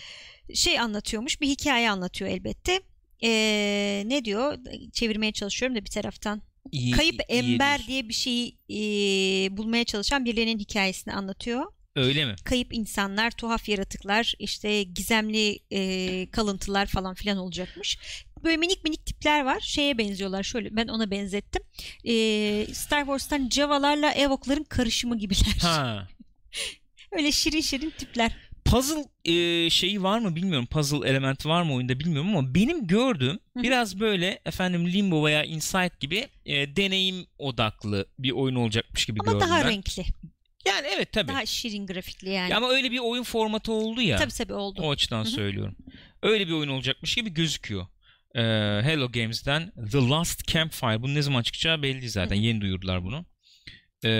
B: şey anlatıyormuş, bir hikaye anlatıyor elbette. Ee, ne diyor? Çevirmeye çalışıyorum da bir taraftan. İyi, Kayıp Ember diye bir şeyi e, bulmaya çalışan birilerinin hikayesini anlatıyor.
A: Öyle mi?
B: Kayıp insanlar, tuhaf yaratıklar, işte gizemli e, kalıntılar falan filan olacakmış. Böyle minik minik tipler var. Şeye benziyorlar. Şöyle ben ona benzettim. E, Star Wars'tan Javalarla Evok'ların karışımı gibiler.
A: Ha.
B: Öyle şirin şirin tipler.
A: Puzzle e, şeyi var mı bilmiyorum. Puzzle elementi var mı oyunda bilmiyorum ama benim gördüğüm Hı-hı. biraz böyle efendim Limbo veya Inside gibi e, deneyim odaklı bir oyun olacakmış gibi
B: ama
A: gördüm
B: daha
A: ben.
B: renkli.
A: Yani evet tabii.
B: Daha şirin grafikli yani.
A: Ya ama öyle bir oyun formatı oldu ya.
B: Tabii tabii oldu.
A: O açıdan
B: Hı-hı.
A: söylüyorum. Öyle bir oyun olacakmış gibi gözüküyor. Ee, Hello Games'den The Last Campfire. Bunun ne zaman çıkacağı belli zaten. Hı-hı. Yeni duyurdular bunu. Ee,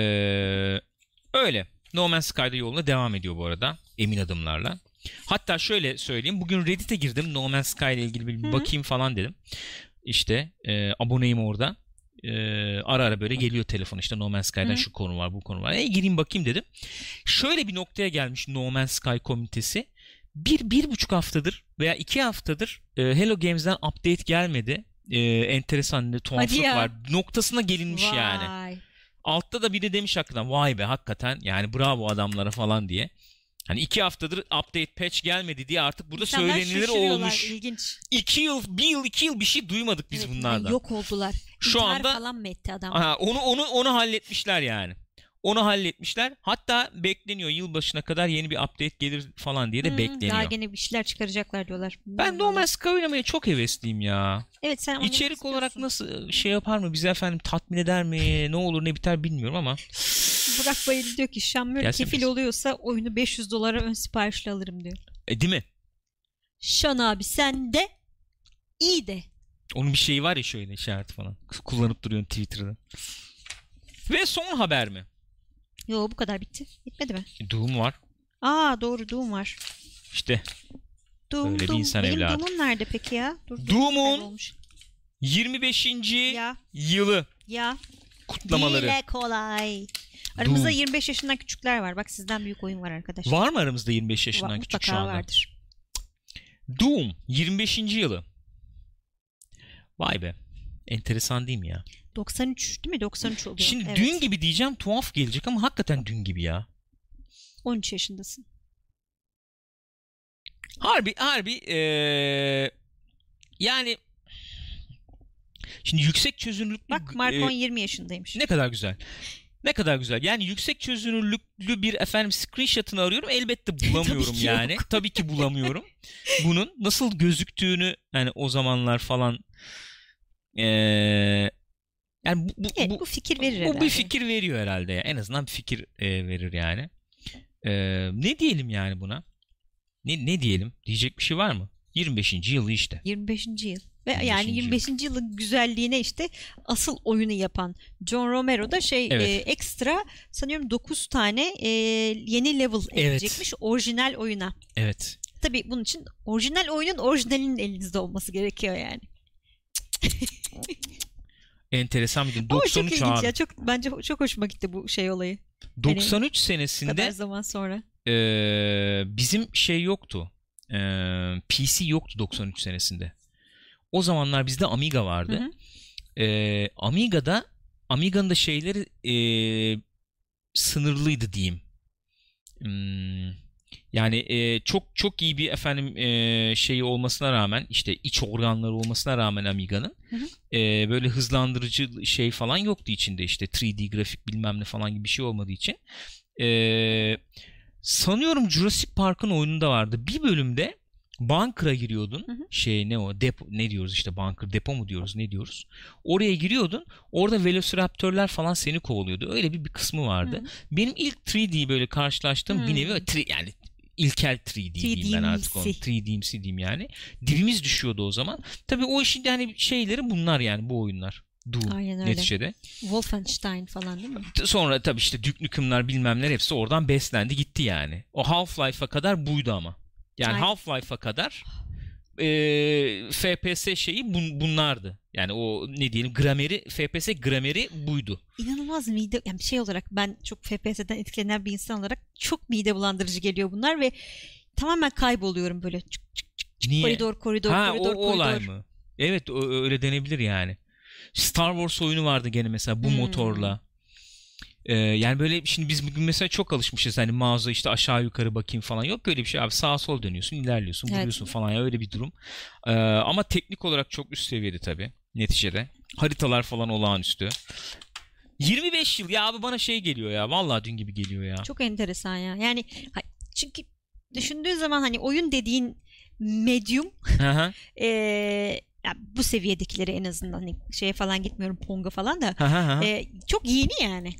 A: öyle. No Man's Sky'da yoluna devam ediyor bu arada. Emin adımlarla. Hatta şöyle söyleyeyim. Bugün Reddit'e girdim. No Man's Sky ile ilgili bir Hı-hı. bakayım falan dedim. İşte e, aboneyim orada. Ee, ara ara böyle geliyor telefon, işte No Man's Sky'dan şu konu var, bu konu var. E, gireyim bakayım dedim. Şöyle bir noktaya gelmiş No Man's Sky komünitesi. Bir, bir buçuk haftadır veya iki haftadır e, Hello Games'den update gelmedi. E, enteresan bir tuhaflık var. Noktasına gelinmiş
B: Vay.
A: yani. Altta da biri demiş hakikaten, vay be hakikaten yani bravo adamlara falan diye. Hani iki haftadır update patch gelmedi diye artık burada
B: İnsanlar
A: söylenilir olmuş.
B: İlginç.
A: İki yıl, bir yıl, iki yıl bir şey duymadık biz
B: Evet,
A: bunlardan.
B: Yok oldular.
A: Şu
B: İntihar
A: anda
B: falan mı etti adam?
A: Aha, onu onu onu halletmişler yani. Onu halletmişler. Hatta bekleniyor yılbaşına kadar yeni bir update gelir falan diye de
B: Hmm,
A: bekleniyor.
B: Daha gene bir şeyler çıkaracaklar diyorlar.
A: Ben No Man's Sky oynamaya çok hevesliyim ya.
B: Evet, sen
A: İçerik olarak nasıl şey yapar mı? Bizi efendim tatmin eder mi? Ne olur ne biter bilmiyorum ama.
B: Burak Bayır diyor ki Şamil
A: Gelsin
B: kefil
A: biz.
B: oluyorsa oyunu beş yüz dolara ön siparişle alırım diyor.
A: E, değil mi?
B: Şan abi sen de iyi de.
A: Onun bir şeyi var ya, şöyle işareti falan. Kullanıp duruyorsun Twitter'da. Ve son haber mi?
B: Yo, bu kadar bitti. Bitmedi mi?
A: Doom var.
B: Aa doğru, Doom var.
A: İşte
B: Doom,
A: öyle bir
B: Doom.
A: insan
B: Benim
A: evladı.
B: Doom'um nerede peki ya? Dur,
A: Doom'un
B: olmuş.
A: yirmi beşinci
B: Ya
A: yılı
B: ya.
A: kutlamaları.
B: Dile kolay. Aramızda
A: Doom.
B: yirmi beş yaşından küçükler var. Bak, sizden büyük oyun var arkadaş.
A: Var mı aramızda yirmi beş yaşından
B: Va-
A: küçük şu
B: mutlaka
A: anda?
B: vardır.
A: Doom yirmi beşinci yılı. Vay be. Enteresan değil mi ya?
B: doksan üç değil mi? doksan üç oluyor.
A: Şimdi
B: Evet.
A: dün gibi diyeceğim, tuhaf gelecek ama hakikaten dün gibi ya.
B: on üç yaşındasın.
A: Harbi harbi ee, yani şimdi yüksek çözünürlüklü
B: Bak, Markon
A: ee,
B: yirmi yaşındaymış.
A: ne kadar güzel. Ne kadar güzel. Yani yüksek çözünürlüklü bir efendim screenshot'ını arıyorum. Elbette bulamıyorum
B: Tabii ki
A: yani.
B: yok.
A: Tabii ki bulamıyorum. Bunun nasıl gözüktüğünü yani o zamanlar falan ee, yani bu, bu,
B: Evet,
A: bu,
B: bu fikir verir
A: bu
B: herhalde.
A: bir fikir veriyor herhalde ya. En azından bir fikir e, verir yani. E, ne diyelim yani buna? Ne ne diyelim? Diyecek bir şey var mı? yirmi beşinci yılı işte.
B: yirmi beşinci yıl. Ve
A: yirmi beşinci
B: yani yirmi beşinci yılın güzelliğine işte asıl oyunu yapan John Romero da şey
A: Evet.
B: e, ekstra sanıyorum dokuz tane e, yeni level
A: Evet.
B: ekleyecekmiş orijinal oyuna.
A: Evet.
B: Tabii bunun için orijinal oyunun orijinalinin elinizde olması gerekiyor yani.
A: Enteresan bir gün.
B: Ama
A: doksan
B: çok
A: üç
B: ilginç
A: abi.
B: ya. Çok, bence çok hoşuma gitti bu şey olayı.
A: doksan üç
B: Bu kadar
A: senesinde
B: zaman sonra.
A: e, bizim şey yoktu. E, P C yoktu doksan üç senesinde. O zamanlar bizde Amiga vardı.
B: Hı hı.
A: E, Amiga'da Amiga'nın da şeyleri e, sınırlıydı diyeyim. Hmm, yani e, çok çok iyi bir efendim e, şeyi olmasına rağmen, işte iç organları olmasına rağmen Amiga'nın
B: Hı hı.
A: e, böyle hızlandırıcı şey falan yoktu içinde, işte üç D grafik bilmem ne falan gibi bir şey olmadığı için e, sanıyorum Jurassic Park'ın oyununda vardı. Bir bölümde bunker'a giriyordun.
B: Hı hı.
A: Şey ne o? Depo ne diyoruz işte, bunker, depo mu diyoruz, ne diyoruz? Oraya giriyordun. Orada velociraptorlar falan seni kovalıyordu. Öyle bir bir kısmı vardı.
B: Hı.
A: Benim ilk üç D böyle karşılaştığım
B: Hı.
A: bir nevi tri, yani ilkel üç D diyeyim ben artık onu. üç D'imsi diyeyim yani. Dibimiz düşüyordu o zaman. Tabii o işin yani şeyleri bunlar yani, bu oyunlar. Doom
B: Aynen öyle.
A: neticede.
B: Wolfenstein falan değil mi?
A: Sonra tabii işte Duke Nukem'lar bilmemler hepsi oradan beslendi gitti yani. O Half-Life'a kadar buydu ama. Yani
B: Aynen.
A: Half-Life'a kadar e, F P S şeyi bun, bunlardı. Yani o ne diyelim grameri, F P S grameri buydu.
B: İnanılmaz mide, yani şey olarak ben çok F P S'den etkilenen bir insan olarak çok mide bulandırıcı geliyor bunlar ve tamamen kayboluyorum böyle. Çık, çık, çık, çık,
A: Niye?
B: koridor koridor
A: ha,
B: koridor
A: o, o olay
B: koridor.
A: mı? Evet, o, öyle denebilir yani. Star Wars oyunu vardı gene mesela bu
B: Hmm.
A: motorla. Ee, yani böyle şimdi biz bugün mesela çok alışmışız hani mouse'a işte aşağı yukarı bakayım falan, yok öyle bir şey abi, sağa sol dönüyorsun, ilerliyorsun,
B: Evet.
A: vuruyorsun falan ya, öyle bir durum. Ee, ama teknik olarak çok üst seviyede tabii neticede. Haritalar falan olağanüstü. yirmi beş yıl ya abi, bana şey geliyor ya, vallahi dün gibi geliyor ya.
B: Çok enteresan ya. Yani ha- çünkü düşündüğü zaman hani oyun dediğin medyum
A: Hı hı.
B: eee, ya bu seviyedekileri en azından hani şeye falan gitmiyorum, Pong'a falan da
A: Hı hı hı.
B: eee, çok yeni yani.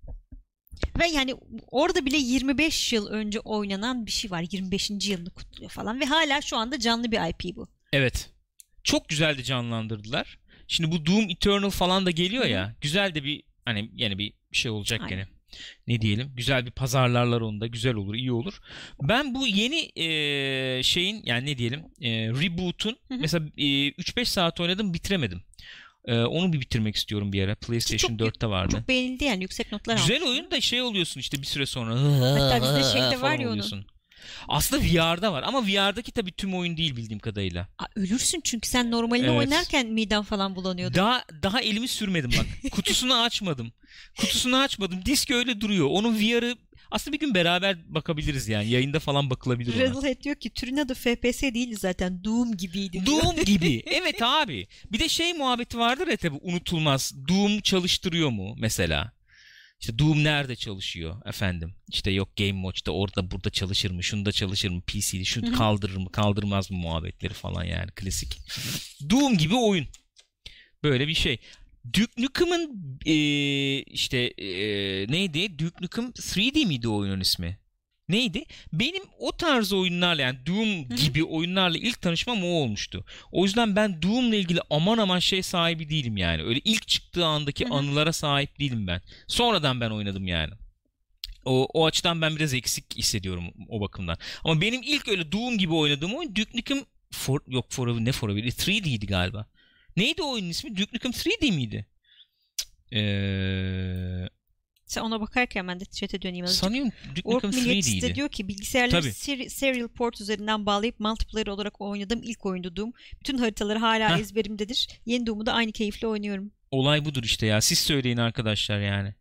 B: Ve yani orada bile yirmi beş yıl önce oynanan bir şey var. yirmi beşinci yılını kutluyor falan ve hala şu anda canlı bir I P bu.
A: Evet. Çok güzel de canlandırdılar. Şimdi bu Doom Eternal falan da geliyor
B: Hı hı.
A: ya. Güzel de bir hani yeni bir şey olacak
B: Aynen.
A: gene. Ne diyelim? Güzel bir pazarlarlar onda. Güzel olur, iyi olur. Ben bu yeni e, şeyin yani ne diyelim e, reboot'un
B: Hı hı.
A: mesela e, üç beş saat oynadım, bitiremedim. Ee, onu bir bitirmek istiyorum bir ara. PlayStation
B: çok,
A: dörtte vardı.
B: Çok beğenildi yani, yüksek notlar almış.
A: Güzel oyun da şey oluyorsun işte bir süre sonra.
B: Hatta bizde şey de var ya onun.
A: Aslında V R'da var ama V R'daki tabii tüm oyun değil bildiğim kadarıyla.
B: Aa, ölürsün çünkü sen normalini evet. oynarken miden falan bulanıyordu.
A: Daha daha elimi sürmedim bak. Kutusunu açmadım. Kutusunu açmadım. Disk öyle duruyor. Onun V R'ı aslında bir gün beraber bakabiliriz yani. Yayında falan bakılabilir ona.
B: Rattlehead diyor ki türün adı F P S değildi zaten. Doom gibiydi.
A: Doom gibi. Evet abi. Bir de şey muhabbeti vardır ya tabii unutulmaz. Doom çalıştırıyor mu mesela? İşte Doom nerede çalışıyor efendim? İşte yok Game Watch'ta orada burada çalışır mı? Şunda çalışır mı? P C'de şunu kaldırır mı? Kaldırmaz mı muhabbetleri falan yani klasik. Doom gibi oyun. Böyle bir şey. Duke Nukem'ın e, işte e, neydi? Duke Nukem üç D miydi o oyunun ismi? Neydi? Benim o tarz oyunlarla yani Doom gibi oyunlarla ilk tanışmam o olmuştu. O yüzden ben Doom'la ilgili aman aman şey sahibi değilim yani. Öyle ilk çıktığı andaki Hı-hı. anılara sahip değilim ben. Sonradan ben oynadım yani. O, o açıdan ben biraz eksik hissediyorum o bakımdan. Ama benim ilk öyle Doom gibi oynadığım oyun Duke Nukem for, yok Forever ne Forever üç D'ydi galiba. Neydi o oyunun ismi? Duke Nukem üç D miydi? Eee...
B: Sen ona bakarken ben de chat'e döneyim azıcık.
A: Sanıyorum Duke Nukem üç D'ydi.
B: De diyor ki bilgisayarları ser- serial port üzerinden bağlayıp multiplayer olarak oynadığım ilk oyundu Doom. Bütün haritaları hala Heh. ezberimdedir. Yeni Doom'u da aynı keyifle oynuyorum.
A: Olay budur işte ya. Siz söyleyin arkadaşlar yani.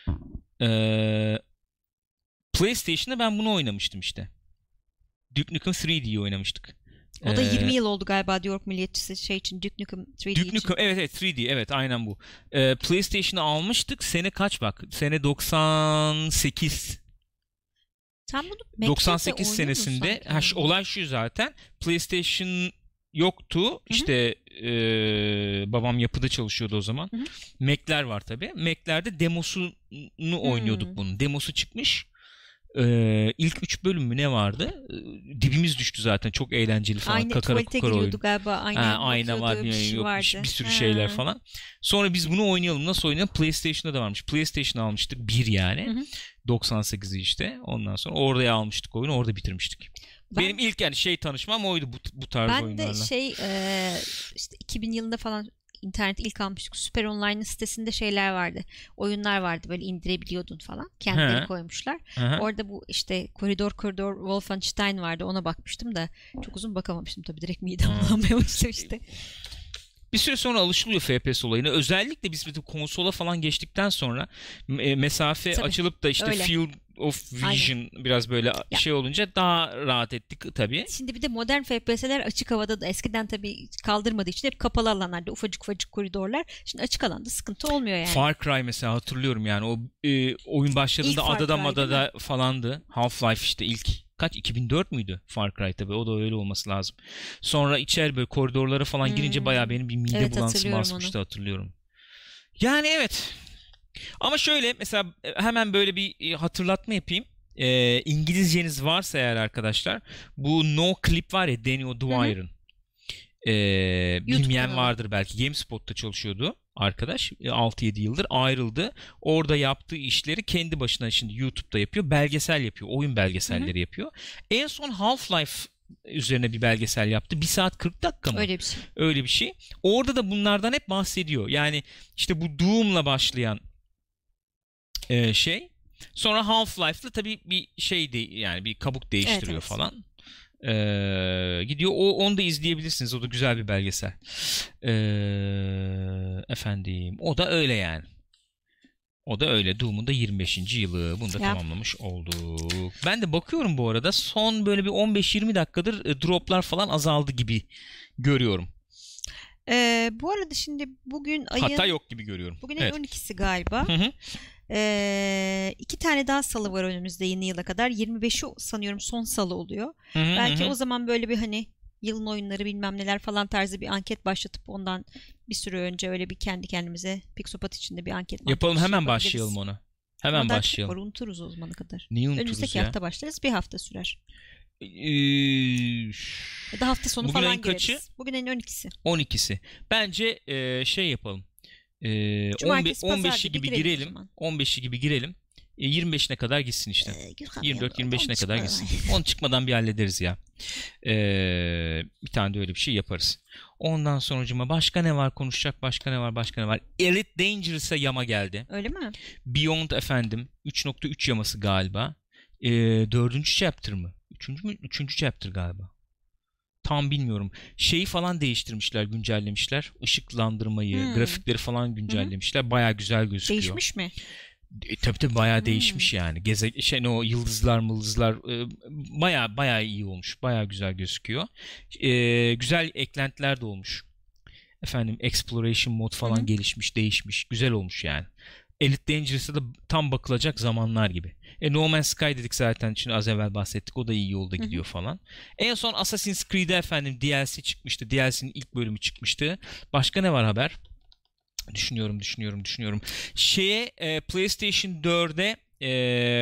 A: Ee, PlayStation'da ben bunu oynamıştım işte. Duke Nukem üç D'yi oynamıştık.
B: O da yirmi ee, yıl oldu galiba New York milliyetçisi şey için Duke Nukem üç D
A: Duke
B: için.
A: Nukem, evet evet üç D evet aynen bu. Ee, PlayStation'ı almıştık. Sene kaç bak? Sene doksan sekiz.
B: Sen bunu
A: doksan sekiz senesinde ha, şu, olay şu zaten. PlayStation yoktu. Hı-hı. İşte e, babam yapıda çalışıyordu o zaman. Hı-hı. Mac'ler var tabii. Mac'lerde demosunu oynuyorduk Hı-hı. bunun. Demosu çıkmış. Ee, ilk üç bölüm mü ne vardı? Ee, dibimiz düştü zaten. Çok eğlenceli falan.
B: Aynı
A: kakara
B: tuvalete giriyordu galiba. Aynen,
A: ha, ayna var. Bir, şey yok, vardı. Bir, bir sürü ha. şeyler falan. Sonra biz bunu oynayalım. Nasıl oynayalım? PlayStation'da da varmış. PlayStation almıştık. Bir yani. Hı hı. doksan sekizi işte. Ondan sonra oraya almıştık oyunu. Orada bitirmiştik. Ben, Benim ilk yani şey tanışmam oydu bu, bu tarz
B: ben
A: oyunlarla.
B: Ben de şey e, işte iki bin yılında falan İnternet ilk almıştık. Süper Online'ın sitesinde şeyler vardı. Oyunlar vardı böyle indirebiliyordun falan. Kendileri He. koymuşlar. Hı-hı. Orada bu işte Koridor Koridor Wolfenstein vardı. Ona bakmıştım da çok uzun bakamamıştım tabii. Direkt midem bulanmaya başlamıştı.
A: Bir süre sonra alışılıyor F P S olayına. Özellikle biz bir konsola falan geçtikten sonra e, mesafe tabii, açılıp da işte öyle. Field of Vision Aynen. biraz böyle ya. şey olunca daha rahat ettik tabii.
B: Şimdi bir de modern F P S'ler açık havada da eskiden tabii kaldırmadığı için hep kapalı alanlarda ufacık ufacık koridorlar. Şimdi açık alanda sıkıntı olmuyor yani.
A: Far Cry mesela hatırlıyorum yani o e, oyun başladığında adada madada falandı. Half-Life işte ilk kaç iki bin dört müydü Far Cry tabii o da öyle olması lazım. Sonra içeri böyle koridorlara falan hmm. girince bayağı benim bir mide evet, bulantısı basmıştı hatırlıyorum. Yani evet. Ama şöyle mesela hemen böyle bir hatırlatma yapayım. Ee, İngilizceniz varsa eğer arkadaşlar bu No Clip var ya Danny O'Dwyer'ın. Ee, bilmeyen vardır belki. GameSpot'ta çalışıyordu arkadaş. altı yedi yıldır ayrıldı. Orada yaptığı işleri kendi başına şimdi YouTube'da yapıyor. Belgesel yapıyor. Oyun belgeselleri Hı-hı. yapıyor. En son Half-Life üzerine bir belgesel yaptı. bir saat kırk dakika mı?
B: Öyle bir şey.
A: Öyle bir şey. Orada da bunlardan hep bahsediyor. Yani işte bu Doom'la başlayan e, şey. Sonra Half-Life'la tabii bir şey de yani bir kabuk değiştiriyor evet, evet. falan. Ee, gidiyor. O onu da izleyebilirsiniz. O da güzel bir belgesel. Ee, efendim. O da öyle yani. O da öyle. Doom'un da yirmi beşinci yılı. Bunu da ya. tamamlamış olduk. Ben de bakıyorum bu arada. Son böyle bir on beş yirmi dakikadır e, droplar falan azaldı gibi görüyorum.
B: Ee, bu arada şimdi bugün ayın...
A: Hatta yok gibi görüyorum.
B: Bugün
A: evet.
B: ayın on ikisi galiba.
A: Hı hı.
B: Ee, iki tane daha salı var önümüzde yeni yıla kadar. yirmi beşi sanıyorum son salı oluyor. Hı hı, Belki hı. o zaman böyle bir hani yılın oyunları bilmem neler falan tarzı bir anket başlatıp ondan bir süre önce öyle bir kendi kendimize Pixopat içinde bir anket
A: yapalım hemen başlayalım ona. Hemen Ondan başlayalım.
B: Var, unuturuz o zamana kadar.
A: Niye unuturuz
B: Önümüzdeki
A: ya?
B: hafta başlarız. Bir hafta sürer.
A: Ee,
B: ya da hafta sonu
A: bugün
B: falan
A: ayın
B: gireriz.
A: Kaçı?
B: Bugün ayın on ikisi.
A: on ikisi. Bence e, şey yapalım. Ee, on beşi gibi girelim. on beşi gibi girelim. E, yirmi beşine kadar gitsin işte.
B: Ee,
A: yirmi dört yirmi beşine kadar gitsin. Onu çıkmadan bir hallederiz ya. Ee, bir tane de öyle bir şey yaparız. Ondan sonucuma başka ne var konuşacak? Başka ne var? Başka ne var? Elite Dangerous'a yama geldi.
B: Öyle mi?
A: Beyond efendim. üç nokta üç yaması galiba. Ee, dördüncü chapter mı? Üçüncü mü? Üçüncü chapter galiba. Tam bilmiyorum. Şeyi falan değiştirmişler, güncellemişler. Işıklandırmayı, hmm. grafikleri falan güncellemişler. Hmm. Bayağı güzel gözüküyor.
B: Değişmiş mi?
A: E, tabii tabii bayağı hmm. değişmiş yani. Geze, şey, o yıldızlar mıldızlar e, bayağı bayağı iyi olmuş. Bayağı güzel gözüküyor. E, güzel eklentiler de olmuş. Efendim exploration mod falan hmm. gelişmiş, değişmiş. Güzel olmuş yani. Elite Dangerous'a da tam bakılacak zamanlar gibi. E, No Man's Sky dedik zaten. Şimdi az evvel bahsettik. O da iyi yolda gidiyor Hı-hı. falan. En son Assassin's Creed'e efendim D L C çıkmıştı. D L C'nin ilk bölümü çıkmıştı. Başka ne var haber? Düşünüyorum, düşünüyorum, düşünüyorum. Şeye e, PlayStation dörde e,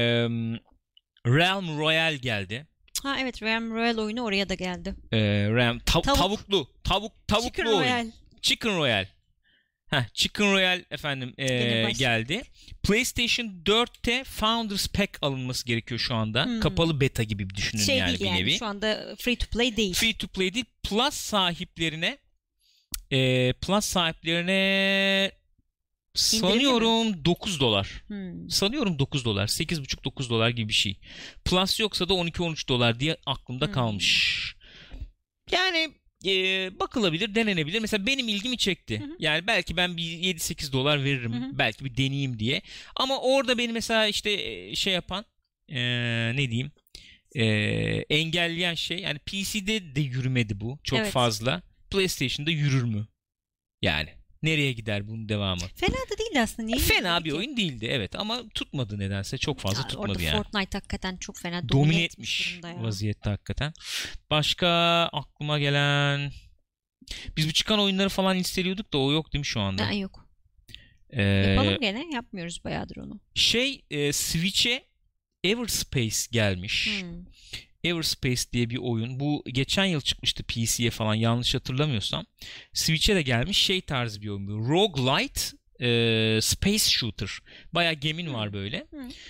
A: Realm Royale geldi.
B: Ha evet, Realm Royale oyunu oraya da geldi.
A: E, Realm ta- Tavuk. tavuklu, tavuk tavuklu
B: Chicken
A: oyun.
B: Royale.
A: Chicken Royale. Heh, Chicken Royale efendim e, geldi. PlayStation dörtte Founders Pack alınması gerekiyor şu anda. Hmm. Kapalı beta gibi düşünün
B: şey
A: yani
B: değil
A: bir
B: yani,
A: nevi.
B: Şu anda free to play değil.
A: Free to play değil. Plus sahiplerine e, Plus sahiplerine sanıyorum dokuz dolar. Hmm. Sanıyorum dokuz dolar. sekiz buçuk dokuz dolar gibi bir şey. Plus yoksa da on iki on üç dolar diye aklımda hmm. kalmış. Yani Ee, bakılabilir, denenebilir. Mesela benim ilgimi çekti. Hı hı. Yani belki ben bir yedi sekiz dolar veririm. Hı hı. Belki bir deneyeyim diye. Ama orada beni mesela işte şey yapan ee, ne diyeyim ee, engelleyen şey, yani P C'de de yürümedi bu çok evet. fazla. PlayStation'da yürür mü? Yani nereye gider bunun devamı?
B: Fena da değildi aslında. Niye
A: fena bir ki? oyun değildi evet, ama tutmadı nedense. Çok fazla ya, tutmadı
B: orada
A: yani.
B: Fortnite hakikaten çok fena
A: domine, domine etmiş vaziyette hakikaten. Başka aklıma gelen, biz bu çıkan oyunları falan listeliyorduk da o yok değil mi şu anda?
B: Ha, yok.
A: Ee,
B: Yapalım gene. Yapmıyoruz bayağıdır onu.
A: Şey e, Switch'e Everspace gelmiş. Hmm. Everspace diye bir oyun. Bu geçen yıl çıkmıştı P C'ye falan, yanlış hatırlamıyorsam. Switch'e de gelmiş, şey tarzı bir oyun. Roguelite e, Space Shooter. Bayağı gemin var böyle.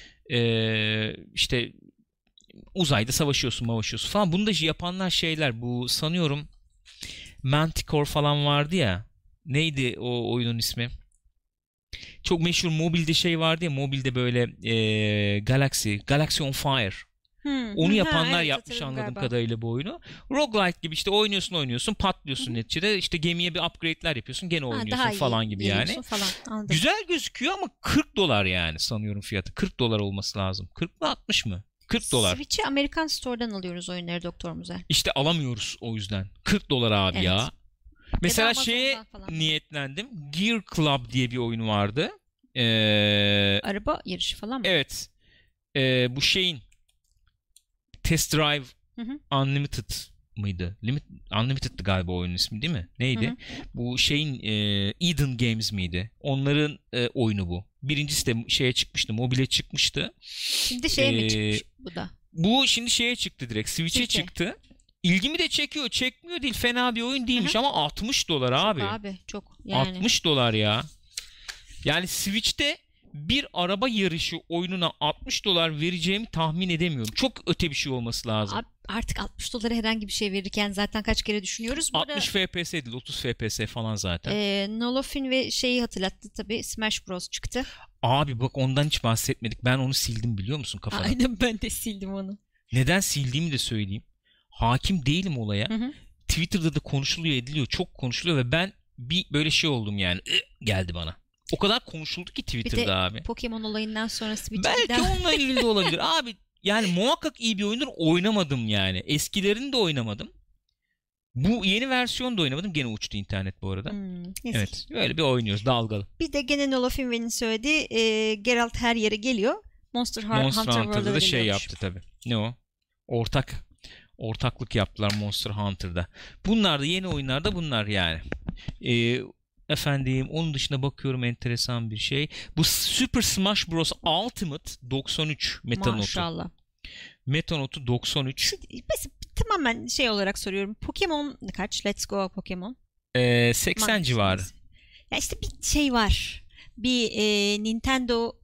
A: E, işte uzayda savaşıyorsun, mavaşıyorsun falan. Bunu da yapanlar şeyler. Bu sanıyorum Manticore falan vardı ya. Neydi o oyunun ismi? Çok meşhur mobilde şey vardı ya. Mobilde böyle e, Galaxy. Galaxy on Fire. Hmm. Onu yapanlar ha, evet, yapmış anladığım galiba. kadarıyla bu oyunu. Roguelite gibi işte oynuyorsun oynuyorsun patlıyorsun Hı-hı. neticede, işte gemiye bir upgrade'ler yapıyorsun, gene oynuyorsun ha, falan iyi, gibi yani. Falan. Güzel gözüküyor ama kırk dolar yani sanıyorum fiyatı. kırk dolar olması lazım. kırk mı altmış mı? kırk dolar.
B: Switch'i Amerikan Store'dan alıyoruz oyunları Doktor Muzel.
A: İşte alamıyoruz o yüzden. kırk dolar abi evet. ya. Mesela şeye niyetlendim. Gear Club diye bir oyun vardı. Ee,
B: Araba yarışı falan mı?
A: Evet. Ee, bu şeyin Test Drive hı hı. Unlimited mıydı? Limit, Unlimited'dı galiba oyunun ismi değil mi? Neydi? Hı hı. Bu şeyin e, Eden Games miydi? Onların e, oyunu bu. Birincisi de şeye çıkmıştı. Mobile çıkmıştı.
B: Şimdi şeye ee, mi çıkmış bu da?
A: Bu şimdi şeye çıktı direkt. Switch'e Switch'e çıktı. İlgimi de çekiyor. Çekmiyor değil. Fena bir oyun değilmiş hı hı. ama altmış dolar abi.
B: Çok abi. Çok. Yani.
A: altmış dolar ya. Yani Switch'te bir araba yarışı oyununa altmış dolar vereceğimi tahmin edemiyorum. Çok öte bir şey olması lazım. Abi
B: artık altmış dolara herhangi bir şey verirken zaten kaç kere düşünüyoruz.
A: Burada, altmış F P S değil, otuz F P S falan zaten.
B: E, Nolofin ve şeyi hatırlattı tabii. Smash Bros çıktı.
A: Abi bak ondan hiç bahsetmedik. Ben onu sildim biliyor musun kafadan?
B: Aynen, ben de sildim onu.
A: Neden sildiğimi de söyleyeyim. Hakim değilim olaya. Hı hı. Twitter'da da konuşuluyor ediliyor. Çok konuşuluyor ve ben bir böyle şey oldum yani. Geldi bana. O kadar konuşuldu ki Twitter'da
B: bir de
A: abi.
B: Pokemon olayından sonra Switch'e
A: belki daha... onunla ilgili de olabilir. Abi yani muhakkak iyi bir oyundur, oynamadım yani. Eskilerini de oynamadım. Bu yeni versiyonu da oynamadım. Gene uçtu internet bu arada. Hmm, evet. Böyle bir oynuyoruz dalgalı.
B: Bir de gene Nolofinven'in söylediği e, Geralt her yere geliyor. Monster,
A: Monster
B: Hunter
A: Hunter'da da şey yaptı tabii. Ne o? Ortak. Ortaklık yaptılar Monster Hunter'da. Bunlar da yeni oyunlarda bunlar yani. Eee Efendim onun dışında bakıyorum enteresan bir şey. Bu Super Smash Bros. Ultimate doksan üç metanotu.
B: Maşallah.
A: Metanotu doksan üç.
B: Mesela tamamen şey olarak soruyorum. Pokemon kaç? Let's Go Pokemon.
A: Ee, seksen civarı.
B: Ya işte bir şey var. Bir e, Nintendo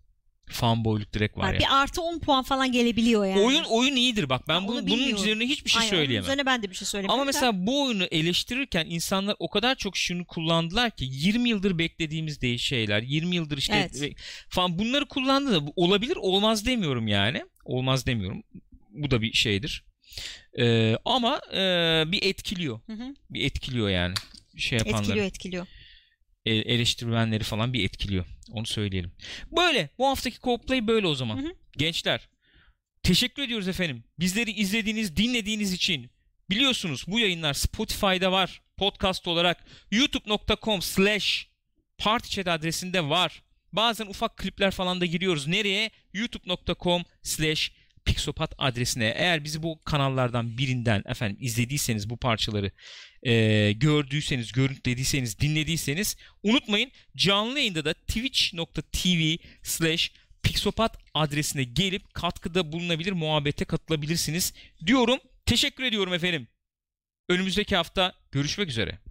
A: Fanboyluk direkt var
B: yani
A: ya.
B: Bir artı on puan falan gelebiliyor yani.
A: Oyun oyun iyidir bak. Ben
B: Ha,
A: bu,
B: onu
A: bunun
B: bilmiyorum.
A: üzerine hiçbir şey
B: Aynen,
A: söyleyemem.
B: Onun üzerine ben de bir şey söylemiyorum.
A: Ama mesela bu oyunu eleştirirken insanlar o kadar çok şunu kullandılar ki yirmi yıldır beklediğimiz değiş şeyler, yirmi yıldır işte
B: Evet.
A: ve- falan bunları kullandı da olabilir, olmaz demiyorum yani. Olmaz demiyorum. Bu da bir şeydir. Ee, ama e, bir etkiliyor.
B: Hı hı.
A: Bir etkiliyor yani şey yapanları.
B: Etkiliyor etkiliyor.
A: E, eleştirmenleri falan bir etkiliyor. Onu söyleyelim. Böyle. Bu haftaki Co-Play böyle o zaman.
B: Hı hı.
A: Gençler. Teşekkür ediyoruz efendim. Bizleri izlediğiniz, dinlediğiniz için. Biliyorsunuz bu yayınlar Spotify'da var. Podcast olarak youtube nokta com slash partychat adresinde var. Bazen ufak klipler falan da giriyoruz. Nereye? youtube nokta com slash pixopat adresine. Eğer bizi bu kanallardan birinden efendim izlediyseniz, bu parçaları e, gördüyseniz, görüntülediyseniz, dinlediyseniz unutmayın canlı yayında da twitch nokta tv slash pixopat adresine gelip katkıda bulunabilir, muhabbete katılabilirsiniz diyorum. Teşekkür ediyorum efendim. Önümüzdeki hafta görüşmek üzere.